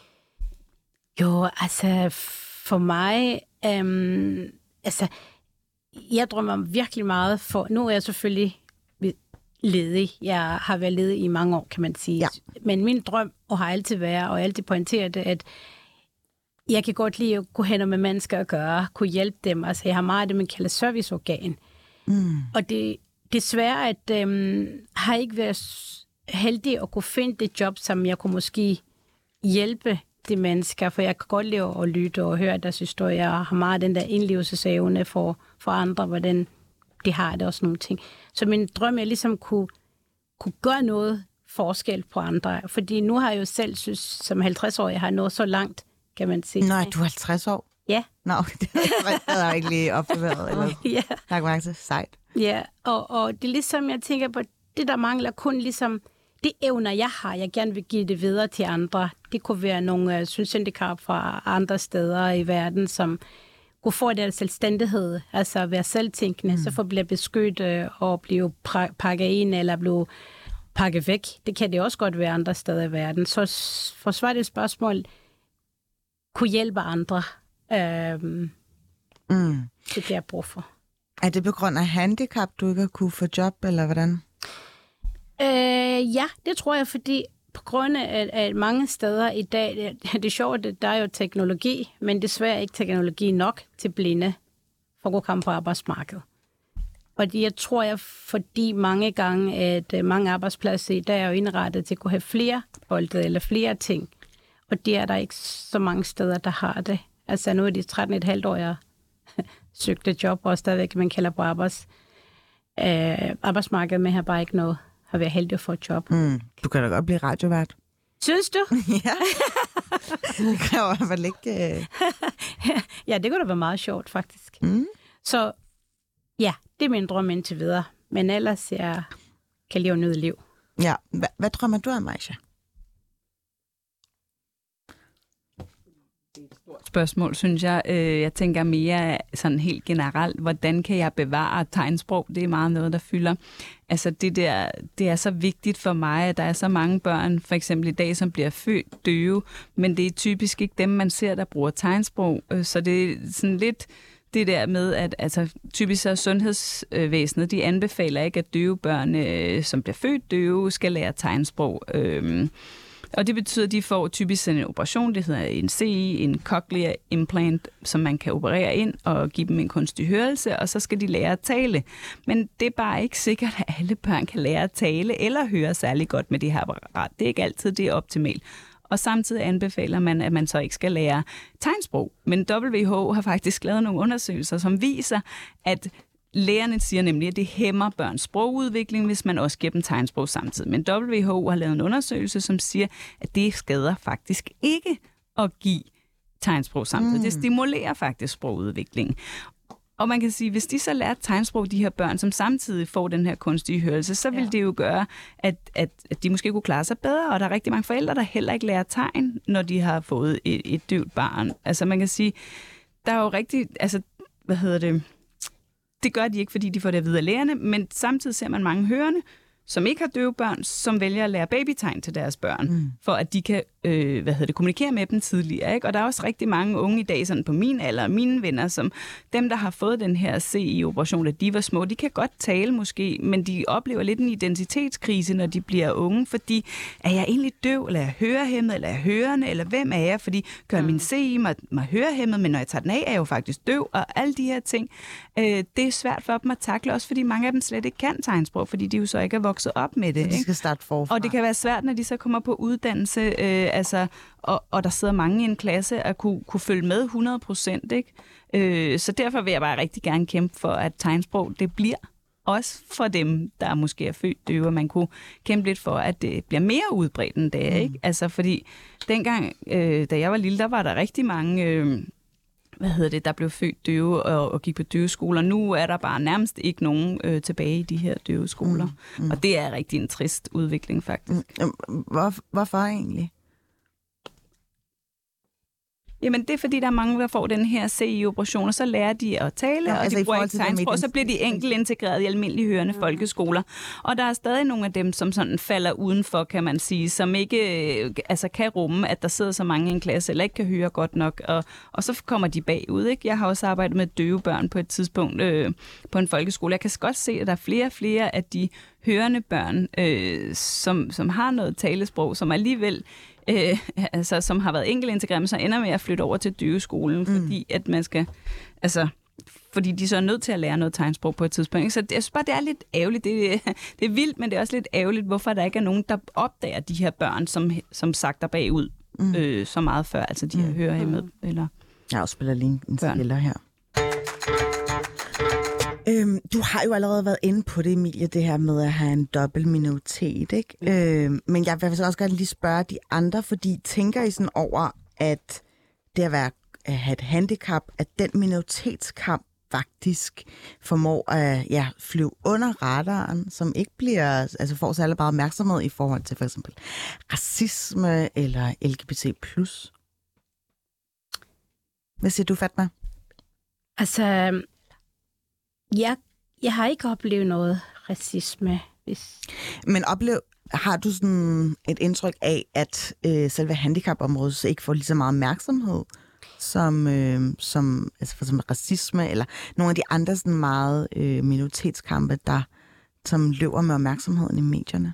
Jo, altså for mig... altså, jeg drømmer virkelig meget for... Nu er jeg selvfølgelig ledig. Jeg har været ledig i mange år, kan man sige. Ja. Men min drøm, og har altid været, og altid pointeret det, at jeg kan godt lide at gå hen med mennesker at gøre, kunne hjælpe dem. Altså, jeg har meget af det, man kalder serviceorgan. Og det desværre, at har ikke været heldig at kunne finde det job, som jeg kunne måske hjælpe de mennesker, for jeg kan godt lide at lytte og høre deres historier, og har meget den der indlevelsesevne for andre, hvordan de har det og sådan nogle ting. Så min drøm er ligesom kunne gøre noget forskel på andre, fordi nu har jeg jo selv synes, som 50-årig, jeg har nået så langt, kan man sige. Nej, du er 50 år? Ja. Nå, det havde jeg ikke lige opbevaret. Eller ja. Tak mærke til. Sejt. Ja, og det er ligesom, jeg tænker på, det der mangler kun ligesom, det evner, jeg har, jeg gerne vil give det videre til andre. Det kunne være nogle synshandicap fra andre steder i verden, som kunne få deres selvstændighed, altså være selvtænkende, så for at blive beskyttet og blive pakket ind eller blive pakket væk. Det kan det også godt være andre steder i verden. Så for svar det spørgsmål, kunne hjælpe andre. Det er det, jeg bruger for. Er det på grund af handicap, du ikke har kunne få job, eller hvordan? Ja, det tror jeg, fordi på grund af at mange steder i dag, det er sjovt, at der er jo teknologi, men desværre ikke teknologi nok til blinde for at kunne komme på arbejdsmarkedet. Og jeg tror, fordi mange gange, at mange arbejdspladser i dag er jo indrettet til at kunne have flere bolde eller flere ting. Og det er der ikke så mange steder, der har det. Altså nu er de 13,5 år, jeg søgte job, og stadigvæk man kalder på arbejdsmarkedet, men har bare ikke noget. Har været heldig at få et job. Du kan da godt blive radiovært. Synes du? Ja. Det kan jo i hvert fald ikke... Ja, det kunne da være meget sjovt, faktisk. Så ja, det er min drøm indtil videre. Men ellers, jeg kan leve noget liv. Ja, hvad drømmer du om, Aisha? Spørgsmål, synes jeg. Jeg tænker mere sådan helt generelt, hvordan kan jeg bevare tegnsprog? Det er meget noget, der fylder. Altså det er så vigtigt for mig, at der er så mange børn, for eksempel i dag, som bliver født døve, men det er typisk ikke dem, man ser, der bruger tegnsprog. Så det er sådan lidt, det der med, at altså, typisk så sundhedsvæsenet, de anbefaler ikke, at døve børn, som bliver født døve, skal lære tegnsprog. Og det betyder, at de får typisk sådan en operation, det hedder en CI, en cochlear implant, som man kan operere ind og give dem en kunstig hørelse, og så skal de lære at tale. Men det er bare ikke sikkert, at alle børn kan lære at tale eller høre særlig godt med det her apparat. Det er ikke altid det er optimalt. Og samtidig anbefaler man, at man så ikke skal lære tegnsprog. Men WHO har faktisk lavet nogle undersøgelser, som viser, at lægerne siger nemlig, at det hæmmer børns sprogudvikling, hvis man også giver dem tegnsprog samtidig. Men WHO har lavet en undersøgelse, som siger, at det skader faktisk ikke at give tegnsprog samtidig. Det stimulerer faktisk sprogudviklingen. Og man kan sige, hvis de så lærer tegnsprog, de her børn, som samtidig får den her kunstige hørelse, så vil det jo gøre, at de måske kunne klare sig bedre. Og der er rigtig mange forældre, der heller ikke lærer tegn, når de har fået et døvt barn. Altså man kan sige, der er jo rigtig, altså det gør de ikke, fordi de får det at vide af lægerne, men samtidig ser man mange hørende, som ikke har døve børn, som vælger at lære babytegn til deres børn, for at de kan kommunikere med dem tidligere. Ikke? Og der er også rigtig mange unge i dag, sådan på min alder, mine venner, som dem, der har fået den her CI-operation, at de var små, de kan godt tale måske, men de oplever lidt en identitetskrise, når de bliver unge, fordi er jeg egentlig døv, eller er jeg hørehæmmet, eller er jeg hørende, eller hvem er jeg? Fordi gør min CI mig hørehæmmet, men når jeg tager den af, er jeg jo faktisk døv, og alle de her ting. Det er svært for dem at takle, også fordi mange af dem slet ikke kan tegnsprog, fordi de jo så ikke er vokset op med det. Så de skal starte forfra. Og det kan være svært, når de så kommer på uddannelse, og der sidder mange i en klasse at kunne følge med 100%, ikke? Så derfor vil jeg bare rigtig gerne kæmpe for, at tegnsprog, det bliver også for dem, der måske er født døve, og man kunne kæmpe lidt for, at det bliver mere udbredt end det, ikke? Altså, fordi dengang, da jeg var lille, der var der rigtig mange der blev født døve og gik på døveskoler. Nu er der bare nærmest ikke nogen tilbage i de her døveskoler. Og det er rigtig en trist udvikling, faktisk. Hvorfor egentlig? Jamen, det er fordi, der er mange, der får den her CI-operation, og så lærer de at tale, og de bruger ikke tegnsprog, og så bliver de enkelt integreret i almindelige hørende folkeskoler. Og der er stadig nogle af dem, som sådan falder udenfor, kan man sige, som ikke kan rumme, at der sidder så mange i en klasse, eller ikke kan høre godt nok, og så kommer de bagud, ikke? Jeg har også arbejdet med døve børn på et tidspunkt på en folkeskole. Jeg kan godt se, at der er flere og flere af de hørende børn, som har noget talesprog, som alligevel som har været enkelt integreret, så ender med at flytte over til døveskolen, fordi at man skal, fordi de så er nødt til at lære noget tegnsprog på et tidspunkt. Så jeg synes bare, det er lidt ærgerligt. Det er vildt, men det er også lidt ærgerligt, hvorfor der ikke er nogen, der opdager de her børn, som sagter bagud så meget før, altså de her hørehæmmede. Eller jeg også spiller lige en spiller her. Du har jo allerede været inde på det, Emilie, det her med at have en dobbelt minoritet, ikke? Men jeg vil også gerne lige spørge de andre, fordi tænker I sådan over, at det at have et handicap, at den minoritetskamp faktisk formår at flyve under radaren, som ikke bliver, får så meget opmærksomhed i forhold til for eksempel racisme eller LGBT+. Hvad siger du, Fatma? Altså, jeg har ikke oplevet noget racisme. Men har du sådan et indtryk af, at selve handicapområdet så ikke får lige så meget opmærksomhed som for eksempel racisme eller nogle af de andre sådan meget minoritetskampe, som løber med opmærksomheden i medierne?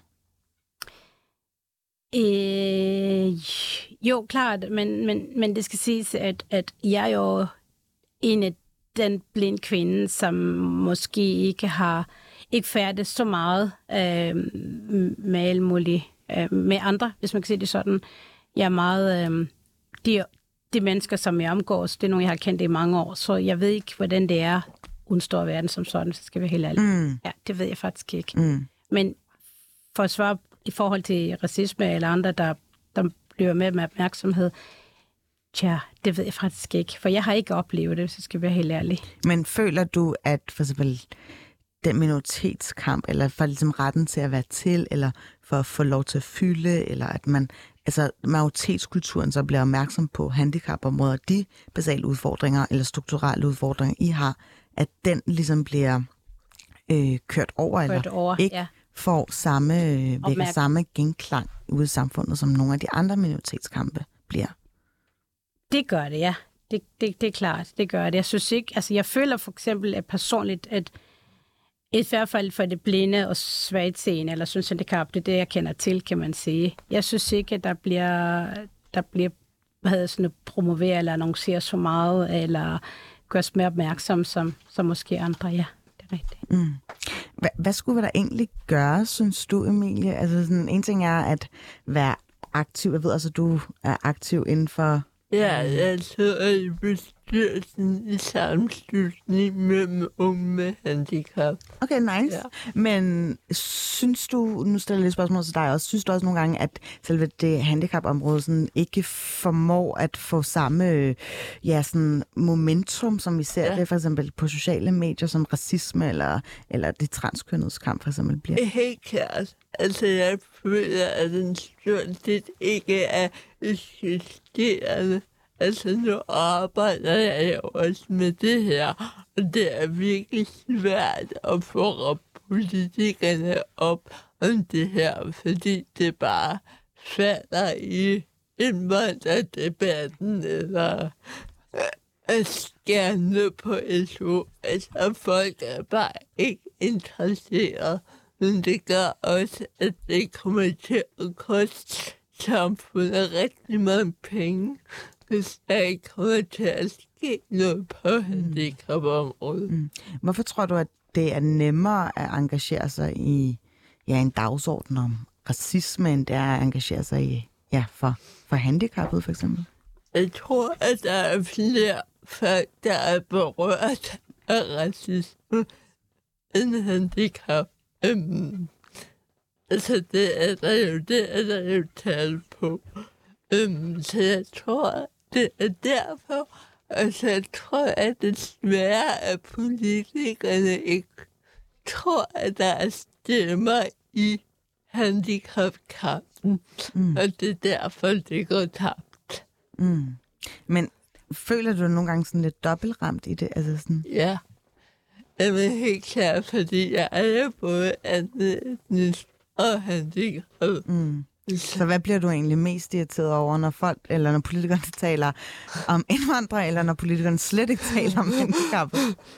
Jo, klart, men det skal siges, at jeg er jo en af den blind kvinde, som måske ikke færdet så meget med alle mulige, med andre, hvis man kan sige det sådan. Jeg er meget, de mennesker, som jeg omgås, det er nogle, jeg har kendt i mange år, så jeg ved ikke, hvordan det er uden stor verden som sådan, så skal vi helt ærligt. Ja, det ved jeg faktisk ikke. Men for at svare i forhold til racisme eller andre, der bliver med opmærksomhed, tja, det ved jeg faktisk ikke, for jeg har ikke oplevet det, så skal jeg være helt ærlig. Men føler du, at for eksempel den minoritetskamp, eller for ligesom retten til at være til, eller for at få lov til at fylde, eller at man, majoritetskulturen så bliver opmærksom på handicapområder, de basale udfordringer, eller strukturelle udfordringer, I har, at den ligesom bliver kørt over, ikke får samme genklang ude i samfundet, som nogle af de andre minoritetskampe bliver? Det gør det, ja. det er klart, det gør det. Jeg synes ikke, altså jeg føler for eksempel at personligt, at i hvert fald for det blinde og svagtseende, eller synshandicap, det er det, jeg kender til, kan man sige. Jeg synes ikke, at der bliver promoveret eller annonceret så meget, eller gøres mere opmærksom, som måske andre. Ja, det er rigtigt. Mm. Hvad skulle der egentlig gøre, synes du, Emilie? Altså sådan, en ting er at være aktiv. Jeg ved altså, du er aktiv inden for... Ja, jeg sidder i bestyrelsen i sammenslutning med unge med handicap. Okay, nice. Ja. Men synes du, nu stiller jeg lidt spørgsmål til dig også, synes du også nogle gange, at selve det handicapområde sådan ikke formår at få samme sådan momentum, som vi ser det for eksempel på sociale medier, som racisme eller det transkønnedes kamp for eksempel bliver? Helt klart. Altså, jeg føler, at den stort set ikke er eksisterende. Altså, nu arbejder jeg jo også med det her, og det er virkelig svært at få politikerne op om det her, fordi det bare falder i indvandrerdebatten, eller skære ned på SU. Altså, folk er bare ikke interesseret. Men det gør også, at det kommer til at koste samfundet rigtig mange penge, hvis der ikke kommer til at ske noget på handicapområdet. Mm. Hvorfor tror du, at det er nemmere at engagere sig i en dagsorden om racisme, end det er at engagere sig i for handicappet for eksempel? Jeg tror, at der er flere folk, der er berørt af racisme end handicap. Altså, det er der jo tal på. Så jeg tror, det er derfor. Altså, jeg tror, at det svære at politikerne ikke tror, at der er stemmer i handicapkampen. Og det er derfor, det går tabt. Mm. Men føler du nogle gange sådan lidt dobbeltramt i det? Altså sådan... Ja. Jamen helt klart, fordi jeg er både etnisk og handicappet. Mm. Så hvad bliver du egentlig mest irriteret over, når folk, eller når politikerne taler om indvandrere, eller når politikerne slet ikke taler om handicappet?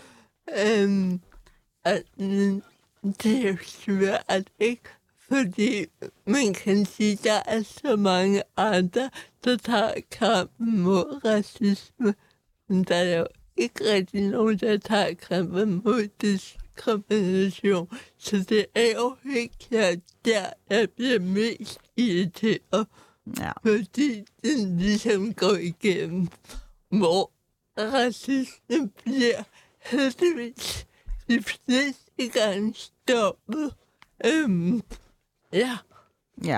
Det er jo svært, ikke? Fordi man kan sige, at der er så mange andre, der tager kampen mod racisme. Men der er jo ikke rigtig nogen, der tager kampen mod diskrimination. Så det er jo helt klart, der jeg bliver mest irriteret. Ja. Fordi den ligesom går igennem, hvor racisme bliver heldigvis de fleste gange stoppet. Ja. Ja.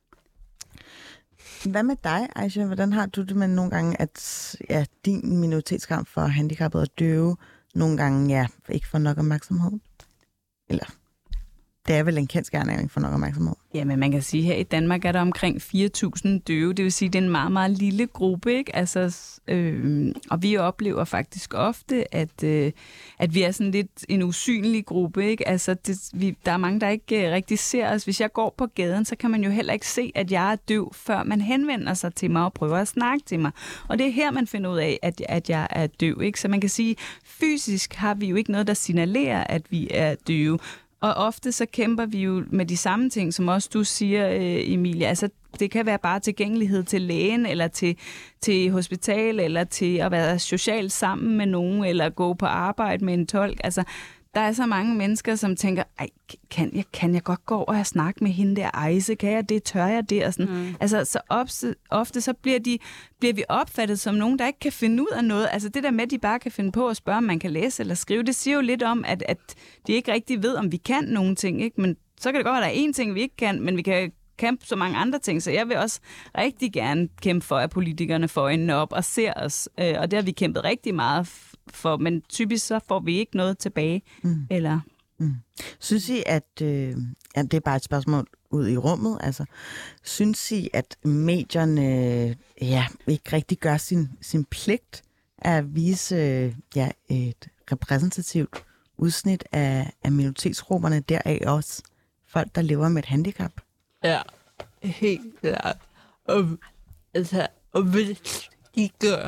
Hvad med dig, Aisha? Hvordan har du det med nogle gange, at din minoritetskamp for handicappede og døve nogle gange ikke får nok opmærksomhed? Eller det er vel en kendsgerning, ikke får nok opmærksomhed? Jamen, man kan sige, at her i Danmark er der omkring 4.000 døve. Det vil sige, at det er en meget, meget lille gruppe, ikke? Altså, og vi oplever faktisk ofte, at vi er sådan lidt en usynlig gruppe, ikke? Altså, der er mange, der ikke rigtig ser os. Hvis jeg går på gaden, så kan man jo heller ikke se, at jeg er døv, før man henvender sig til mig og prøver at snakke til mig. Og det er her, man finder ud af, at jeg er døv, ikke? Så man kan sige, fysisk har vi jo ikke noget, der signalerer, at vi er døve. Og ofte så kæmper vi jo med de samme ting, som også du siger, Emilie. Altså, det kan være bare tilgængelighed til lægen, eller til hospital, eller til at være socialt sammen med nogen, eller gå på arbejde med en tolk. Altså, der er så mange mennesker, som tænker, ej, kan jeg godt gå over og snakke med hende der Ejse? Kan jeg det? Tør jeg det? Og sådan. Altså, så ofte så bliver vi opfattet som nogen, der ikke kan finde ud af noget. Altså, det der med, at de bare kan finde på at spørge, om man kan læse eller skrive, det siger jo lidt om, at de ikke rigtig ved, om vi kan nogen ting, ikke? Men så kan det godt være, at der er én ting, vi ikke kan, men vi kan kæmpe så mange andre ting. Så jeg vil også rigtig gerne kæmpe for, at politikerne får øjnene op og ser os. Og det har vi kæmpet rigtig meget for, men typisk så får vi ikke noget tilbage. Eller... Synes I, at det er bare et spørgsmål ud i rummet, altså synes I, at medierne ikke rigtig gør sin pligt at vise et repræsentativt udsnit af minoritetsgrupperne, deraf også folk, der lever med et handicap? Ja, helt klart. Og hvis de gør,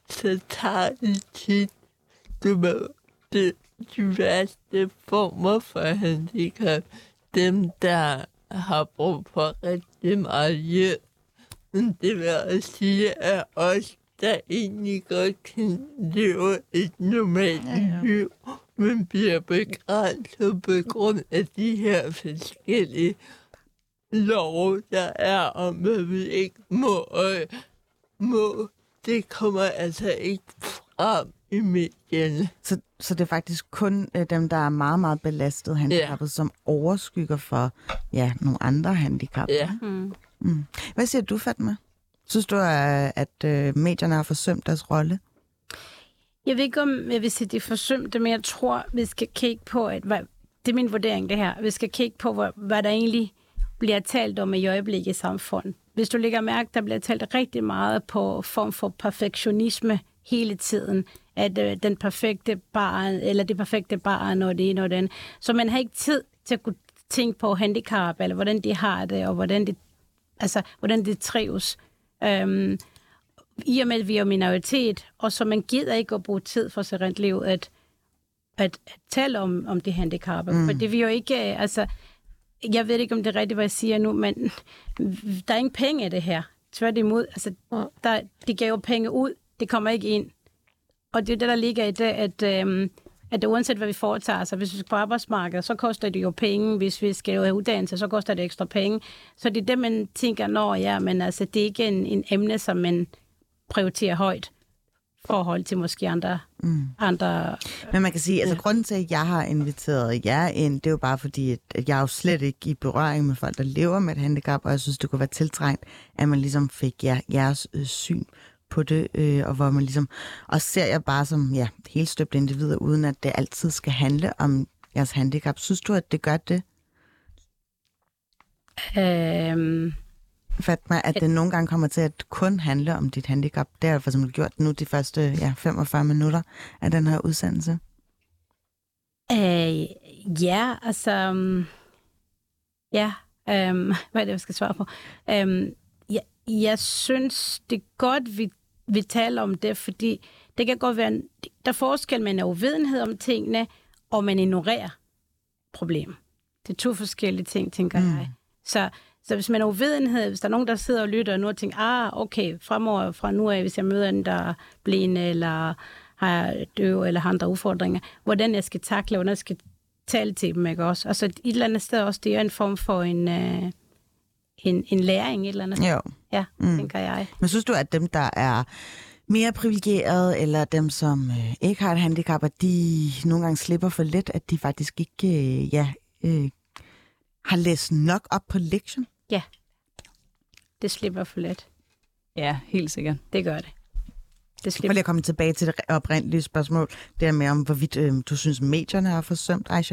så tager de tit, de værste former for handicap. Dem, der har brug for rigtig meget hjælp. Men det vil også sige, at os, der egentlig godt kan leve et normalt liv, men bliver begrænset på grund af de her forskellige love, der er om, hvad vi ikke må. Det kommer altså ikke frem i medierne. Så det er faktisk kun dem, der er meget, meget belastet handicappet, som overskygger for nogle andre handicap. Ja. Hvad siger du, Fatma? Synes du, at medierne har forsømt deres rolle? Jeg ved ikke, om jeg vil sige, det er forsømt, men jeg tror, vi skal kigge på, det er min vurdering, det her. Vi skal kigge på, hvad der egentlig bliver talt om i øjeblikket i samfundet. Hvis du lægger mærke, der bliver talt rigtig meget på form for perfektionisme hele tiden, at den perfekte barn, eller det perfekte barn, og det ene og den. Så man har ikke tid til at kunne tænke på handicap, eller hvordan de har det, og hvordan de trives. I og med, at vi er minoritet, og så man gider ikke at bruge tid for sig rent liv, at tale om det handicap. For det vil jo ikke, jeg ved ikke, om det er rigtigt, hvad jeg siger nu, men der er ingen penge i det her. Tværtimod, de gav jo penge ud, det kommer ikke ind. Og det er det, der ligger i det, at uanset hvad vi foretager, så hvis vi skal på arbejdsmarkedet, så koster det jo penge. Hvis vi skal have uddannelse, så koster det ekstra penge. Så det er det, man tænker, men det er ikke en emne, som man prioriterer højt forhold til måske andre. Men man kan sige, grunden til, at jeg har inviteret jer ind, det er jo bare fordi, at jeg er jo slet ikke i berøring med folk, der lever med et handicap, og jeg synes, det kunne være tiltrængt, at man ligesom fik jeres syn på det, og hvor man ligesom også ser jeg bare som helt støbte individer, uden at det altid skal handle om jeres handicap. Synes du, at det gør det? Fatma, at det nogle gange kommer til at kun handle om dit handicap. Det har jeg for eksempel gjort nu de første 45 minutter af den her udsendelse. Hvad er det, jeg skal svare på? Jeg synes, det er godt, vi taler om det, fordi det kan godt være, der er forskel med en uvidenhed om tingene, og man ignorerer problemet. Det er to forskellige ting, tænker jeg. Så hvis man er uvidenhed, hvis der er nogen, der sidder og lytter og nu og tænker, okay, fremover fra nu af, hvis jeg møder en, der er blinde, eller har døv, eller har andre udfordringer, hvordan jeg skal takle, hvordan jeg skal tale til dem, ikke også? Altså et eller andet sted også, det er en form for en læring et eller andet sted. Jo. Ja, tænker jeg. Men synes du, at dem, der er mere privilegerede, eller dem, som ikke har et handicap, at de nogle gange slipper for let, at de faktisk ikke har læst nok op på lektion? Ja, det slipper for let. Ja, helt sikkert. Det gør det. For lige at komme tilbage til det oprindelige spørgsmål, det er mere om, hvorvidt du synes, medierne har forsømt, Aisha?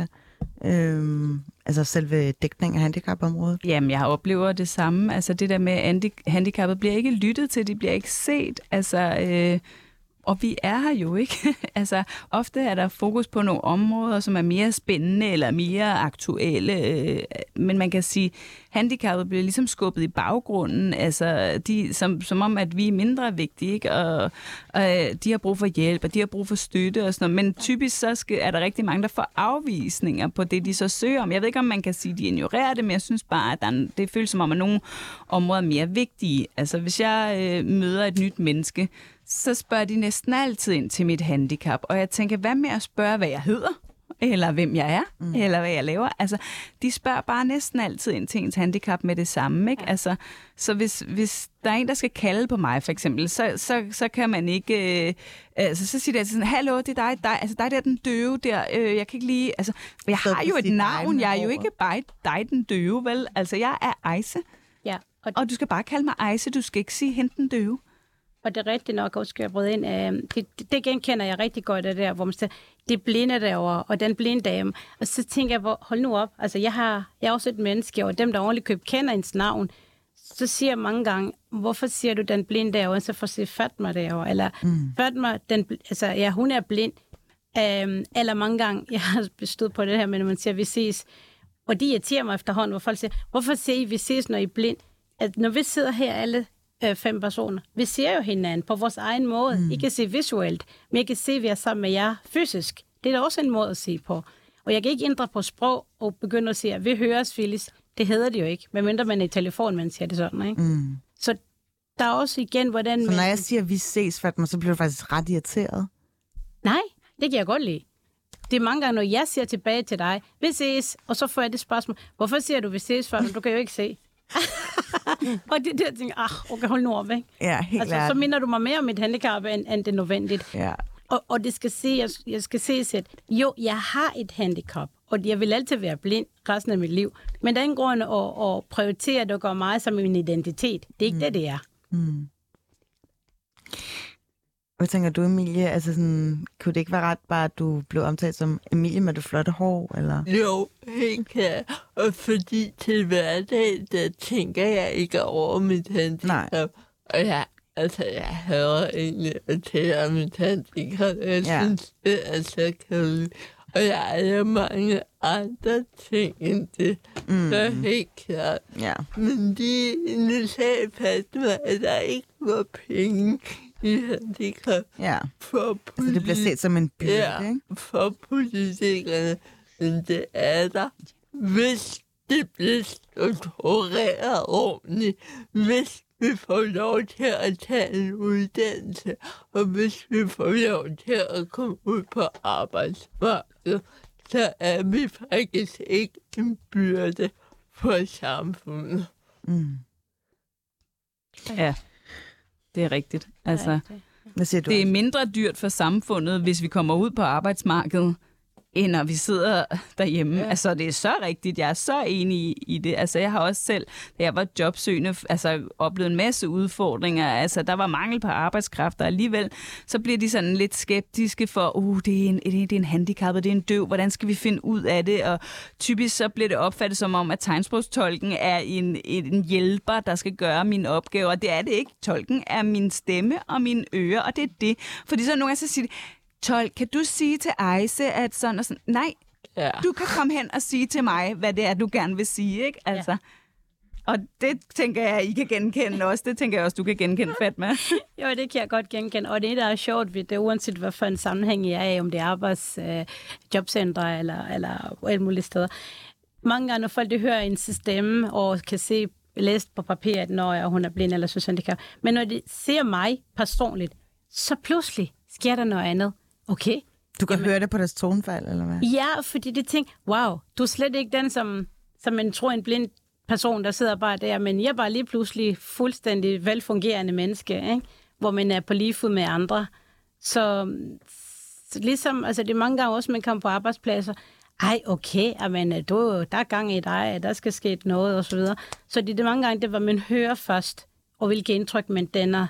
Altså selve dækningen af handicapområdet? Jamen, jeg oplever det samme. Altså det der med, at handicappet bliver ikke lyttet til, de bliver ikke set. Altså, og vi er her jo ikke. Altså, ofte er der fokus på nogle områder, som er mere spændende eller mere aktuelle. Men man kan sige, handicappet bliver ligesom skubbet i baggrunden. Altså, som om, at vi er mindre vigtige, ikke? Og de har brug for hjælp, og de har brug for støtte og sådan noget. Men typisk så er der rigtig mange, der får afvisninger på det, de så søger om. Jeg ved ikke, om man kan sige, at de ignorerer det, men jeg synes bare, at det føles som om, at nogle områder er mere vigtige. Altså, hvis jeg møder et nyt menneske, så spørger de næsten altid ind til mit handicap. Og jeg tænker, hvad med at spørge, hvad jeg hedder? Eller hvem jeg er? Eller hvad jeg laver? Altså, de spørger bare næsten altid ind til ens handicap med det samme, ikke? Ja. Altså, så hvis der er en, der skal kalde på mig, for eksempel, så kan man ikke... så siger de altid sådan, hallo, det er dig, altså dig der den døve der, jeg kan ikke lige... Altså, jeg har jo et navn, jeg er jo ikke bare dig den døve, vel? Altså, jeg er Aise. Ja. Og du skal bare kalde mig Aise, du skal ikke sige hende den døve. Og det er rigtigt nok, også skal jeg bryde ind. Det genkender jeg rigtig godt, det der, hvor man siger, det er blinde derovre, og den blinde dame. Og så tænker jeg, hold nu op, altså jeg er også et menneske, og dem, der ordentligt købt kender ens navn, så siger jeg mange gange, hvorfor siger du den blinde derovre, så får sige Fatma derovre, eller Fatma, hun er blind. Eller mange gange, jeg har bestået på det her, men når man siger, vi ses, og de irriterer mig efterhånden, hvor folk siger, hvorfor siger I, vi ses, når I er blind? At når vi sidder her alle 5 personer. Vi ser jo hinanden på vores egen måde. I kan se visuelt, men jeg kan se, at vi er sammen med jer fysisk. Det er da også en måde at se på. Og jeg kan ikke ændre på sprog og begynde at sige, at vi høres, Phyllis. Det hedder det jo ikke, medmindre man er i telefon, man siger det sådan, ikke? Så der er også igen, hvordan Så når jeg siger, at vi ses, Fatma, så bliver du faktisk ret irriteret? Nej, det kan jeg godt lide. Det er mange gange, når jeg siger tilbage til dig, vi ses, og så får jeg det spørgsmål, hvorfor siger du, vi ses for, men du kan jo ikke se. Og det der, jeg tænker, okay, hold nu op, ikke? Ja, helt altså, så minder du mig mere om mit handicap, end det er nødvendigt. Ja. Og det skal se, jeg skal se, at jo, jeg har et handicap, og jeg vil altid være blind resten af mit liv. Men der er ingen grund at prioritere, at det gør mig som min identitet. Det er ikke det er. Hvad tænker du, Emilie? Altså sådan, kunne det ikke være ret bare, at du blev omtalt som Emilie med det flotte hår, eller? Jo, helt klart. Og fordi til hverdag, der tænker jeg ikke over mit handicap. Nej. Og jeg hader egentlig at tale om mit handicap. Jeg synes, det er så kedeligt. Og jeg er mange andre ting end det. Så helt klart. Ja. Men nu sagde Fatma, at der ikke var penge i handicap. Ja. For Så det bliver set som en byrde, ikke? For politikerne. Men det er der, hvis det bliver struktureret ordentligt, hvis vi får lov til at tage en uddannelse, og hvis vi får lov til at komme ud på arbejdsmarkedet, så er vi faktisk ikke en byrde for samfundet. Ja, det er rigtigt. Altså, Hvad siger du? det er mindre dyrt for samfundet, hvis vi kommer ud på arbejdsmarkedet, end når vi sidder derhjemme. Ja. Altså, det er så rigtigt. Jeg er så enig i det. Altså, jeg har også selv, da jeg var jobsøgende, oplevet en masse udfordringer. Altså, der var mangel på arbejdskraft, og alligevel så bliver de sådan lidt skeptiske for, det er en handicappet, det er en døv, hvordan skal vi finde ud af det? Og typisk så bliver det opfattet som om, at tegnsprogstolken er en hjælper, der skal gøre mine opgaver. Det er det ikke. Tolken er min stemme og mine ører, og det er det. Fordi så nogle gange så siger de, Tolk, kan du sige til Ejse, at sådan og sådan? Nej, du kan komme hen og sige til mig, hvad det er, du gerne vil sige, ikke? Altså. Ja. Og det tænker jeg, I kan genkende også. Det tænker jeg også, du kan genkende, Fatma. Jo, det kan jeg godt genkende. Og det, der er sjovt ved det, uanset hvad for en sammenhæng jeg er, om det er jobcentre eller alle mulige steder. Mange gange, når folk hører en stemme og kan se læst på papiret, når hun er blind eller socialhandicap. Men når de ser mig personligt, så pludselig sker der noget andet. Okay. Du kan høre det på deres tonefald, eller hvad? Ja, fordi det tænker, wow, du er slet ikke den, som man tror en blind person, der sidder bare der, men jeg er bare lige pludselig fuldstændig velfungerende menneske, ikke? Hvor man er på lige fod med andre. Så ligesom, altså det er mange gange også, man kommer på arbejdspladser, okay, men der er gang i dig, der skal ske noget, og så videre. Så det er mange gange, det var, man hører først, og hvilket indtryk man danner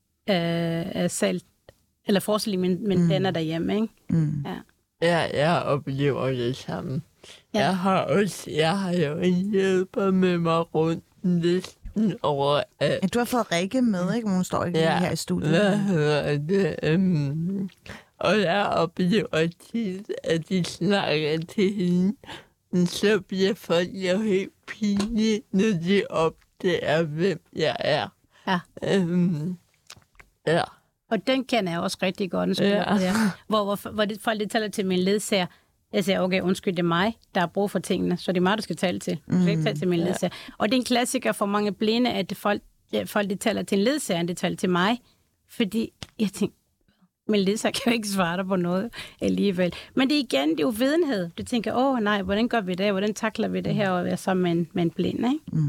selv, eller forestilling, men danner derhjemme, ikke? Ja. Ja, jeg oplever det samme. Ja. Jeg har jo en hjælper med mig rundt næsten overalt. Ja, du har fået Rikke med, ikke? Hun står ikke lige her i studiet. Hvad hedder det? Og jeg oplever tit, at de snakker til hende. Men så bliver folk jo helt pinlige, når de opdager, hvem jeg er. Ja. Ja. Og den kender jeg også rigtig godt. Hvor folk taler til min ledsager. Jeg siger, okay, undskyld, det er mig, der har brug for tingene, så det er mig, du skal tale til. Du skal ikke tale til min ledsager. Og det er en klassiker for mange blinde, at folk de taler til en ledsager, end de taler til mig. Fordi jeg tænker, min ledsager kan jo ikke svare dig på noget alligevel. Men det er igen, det er jo videnhed. Du tænker, nej, hvordan gør vi det? Hvordan takler vi det her og være sammen med en blind, ikke?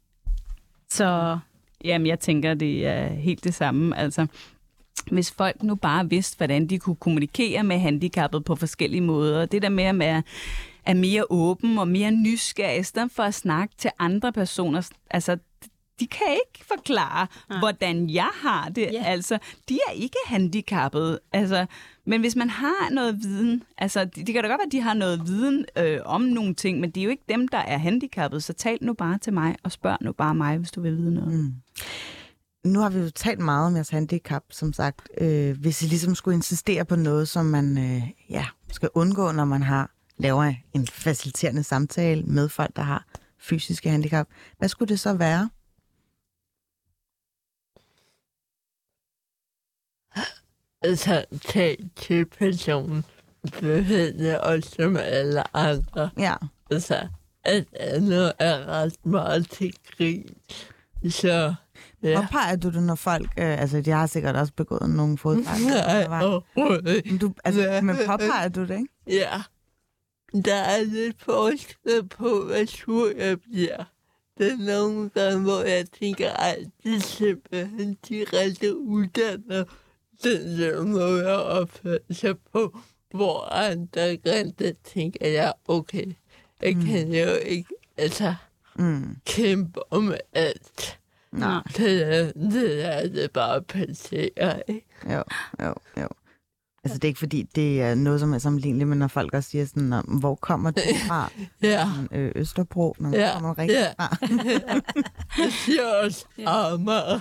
Så... Jamen, jeg tænker, det er helt det samme. Altså, hvis folk nu bare vidste, hvordan de kunne kommunikere med handicappet på forskellige måder, det der med at være er mere åben og mere nysgerrig, i stedet for at snakke til andre personer, altså, de kan ikke forklare, hvordan jeg har det. Yeah. Altså, de er ikke handicappede. Altså, men hvis man har noget viden, altså, det kan da godt være, at de har noget viden om nogle ting, men det er jo ikke dem, der er handicappede. Så tal nu bare til mig, og spørg nu bare mig, hvis du vil vide noget. Nu har vi jo talt meget om jeres handicap, som sagt. Hvis I ligesom skulle insistere på noget, som man skal undgå, når man laver en faciliterende samtale med folk, der har fysiske handicap, hvad skulle det så være? altså tage til personen, behøver også som alle andre. Ja. Altså, alt andet er ret meget til grin. Så, ja. Påpeger du det, når folk... altså, de har sikkert også begået nogle fodfejl. Nej, overhovedet ikke. Men påpeger du det, ikke? Ja. Der er lidt forskel på, hvad sur jeg bliver. Det er nogle gange, hvor jeg tænker, at det er simpelthen direkte uddannet den der måde at opføre sig på, hvor andre grænser tænker jeg, okay, jeg kan jo ikke kæmpe om alt. Nej. Det er det bare passere, ikke? Jo. Altså, det er ikke fordi, det er noget, som er sammenligneligt, men når folk også siger sådan, hvor kommer du fra? Ja. Østerbro, når man kommer rigtig fra. Jeg siger også Amager.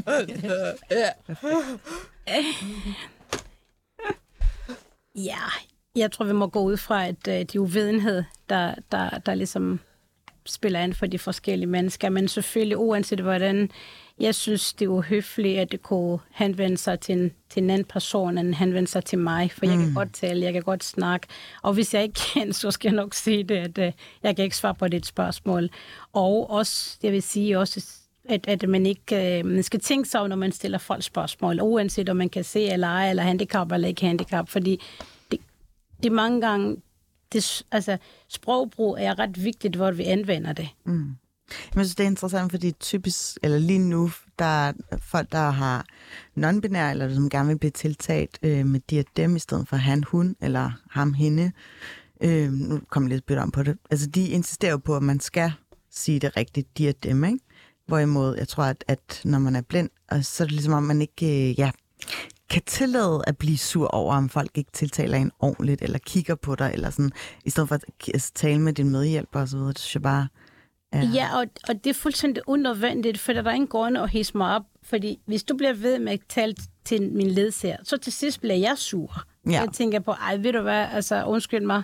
Ja, jeg tror, vi må gå ud fra, at de uvidenhed, der ligesom spiller ind for de forskellige mennesker, men selvfølgelig uanset hvordan, jeg synes, det er uhøfligt, at det kunne henvende sig til en anden person, end henvende sig til mig, for jeg kan godt tale, jeg kan godt snakke, og hvis jeg ikke kan, så skal jeg nok sige det, at jeg kan ikke svare på dit spørgsmål. Og også, jeg vil sige også, at man ikke man skal tænke sig over, når man stiller folk spørgsmål, uanset om man kan se eller ej, eller handicap eller ikke handicap, fordi det mange gange, altså sprogbrug er ret vigtigt, hvor vi anvender det. Jeg synes, det er interessant, fordi typisk, eller lige nu, der er folk, der har non-binære, eller som gerne vil blive tiltalt med de og dem, i stedet for han, hun, eller ham, hende. Nu kommer jeg lidt bedre om på det. Altså, de insisterer jo på, at man skal sige det rigtigt, de og dem, ikke? Hvorimod, jeg tror, at når man er blind, så er det ligesom, om man ikke kan tillade at blive sur over, om folk ikke tiltaler en ordentligt, eller kigger på dig, eller sådan, i stedet for at tale med din medhjælper og så videre. Det synes jeg bare... Ja, og det er fuldstændig unødvendigt, for der er ingen grund at hisse mig op, fordi hvis du bliver ved med at tale til min ledsager, så til sidst bliver jeg sur. Ja. Jeg tænker på, ved du hvad, altså undskyld mig,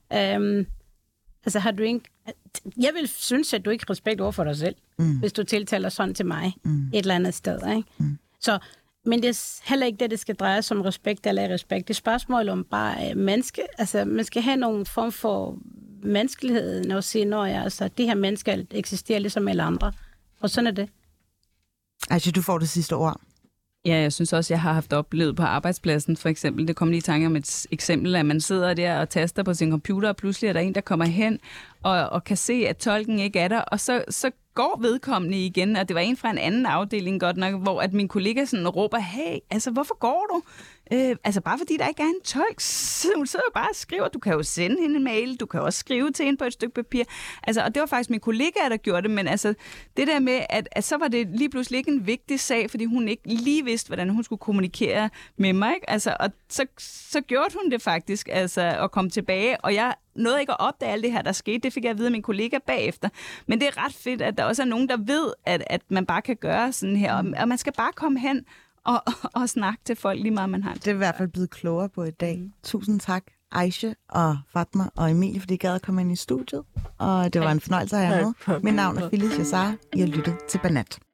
altså har du ikke... Jeg vil synes, at du ikke har respekt over for dig selv, hvis du tiltaler sådan til mig et eller andet sted, ikke? Så, men det er heller ikke det skal dreje sig om respekt eller respekt. Det er spørgsmål om bare menneske, altså man skal have nogen form for menneskeligheden og sige, altså, de her mennesker eksisterer ligesom alle andre. Og sådan er det. Aisha, du får det sidste ord. Ja, jeg synes også, jeg har haft oplevet på arbejdspladsen, for eksempel. Det kom lige i tanke om et eksempel, at man sidder der og taster på sin computer, og pludselig er der en, der kommer hen og kan se, at tolken ikke er der, og så går vedkommende igen, og det var en fra en anden afdeling godt nok, hvor at min kollega sådan råber, hey, altså hvorfor går du? Altså bare fordi der ikke er en tolk, hun sidder jo bare og skriver, du kan jo sende hende en mail, du kan også skrive til hende på et stykke papir. Altså, og det var faktisk min kollega, der gjorde det, men altså det der med, at så var det lige pludselig ikke en vigtig sag, fordi hun ikke lige vidste, hvordan hun skulle kommunikere med mig, ikke? Altså, og så gjorde hun det faktisk, altså at komme tilbage, og jeg nåede ikke at opdage alt det her, der skete. Det fik jeg at vide af min kollega bagefter. Men det er ret fedt, at der også er nogen, der ved, at man bare kan gøre sådan her, og man skal bare komme hen og snakke til folk lige meget, man har. Det er i hvert fald blevet klogere på i dag. Tusind tak, Aisha og Fatma og Emilie, fordi I gad at komme ind i studiet. Og det var en fornøjelse at have med. Mit navn er Phyllis Jassar. I har lyttet til Banat.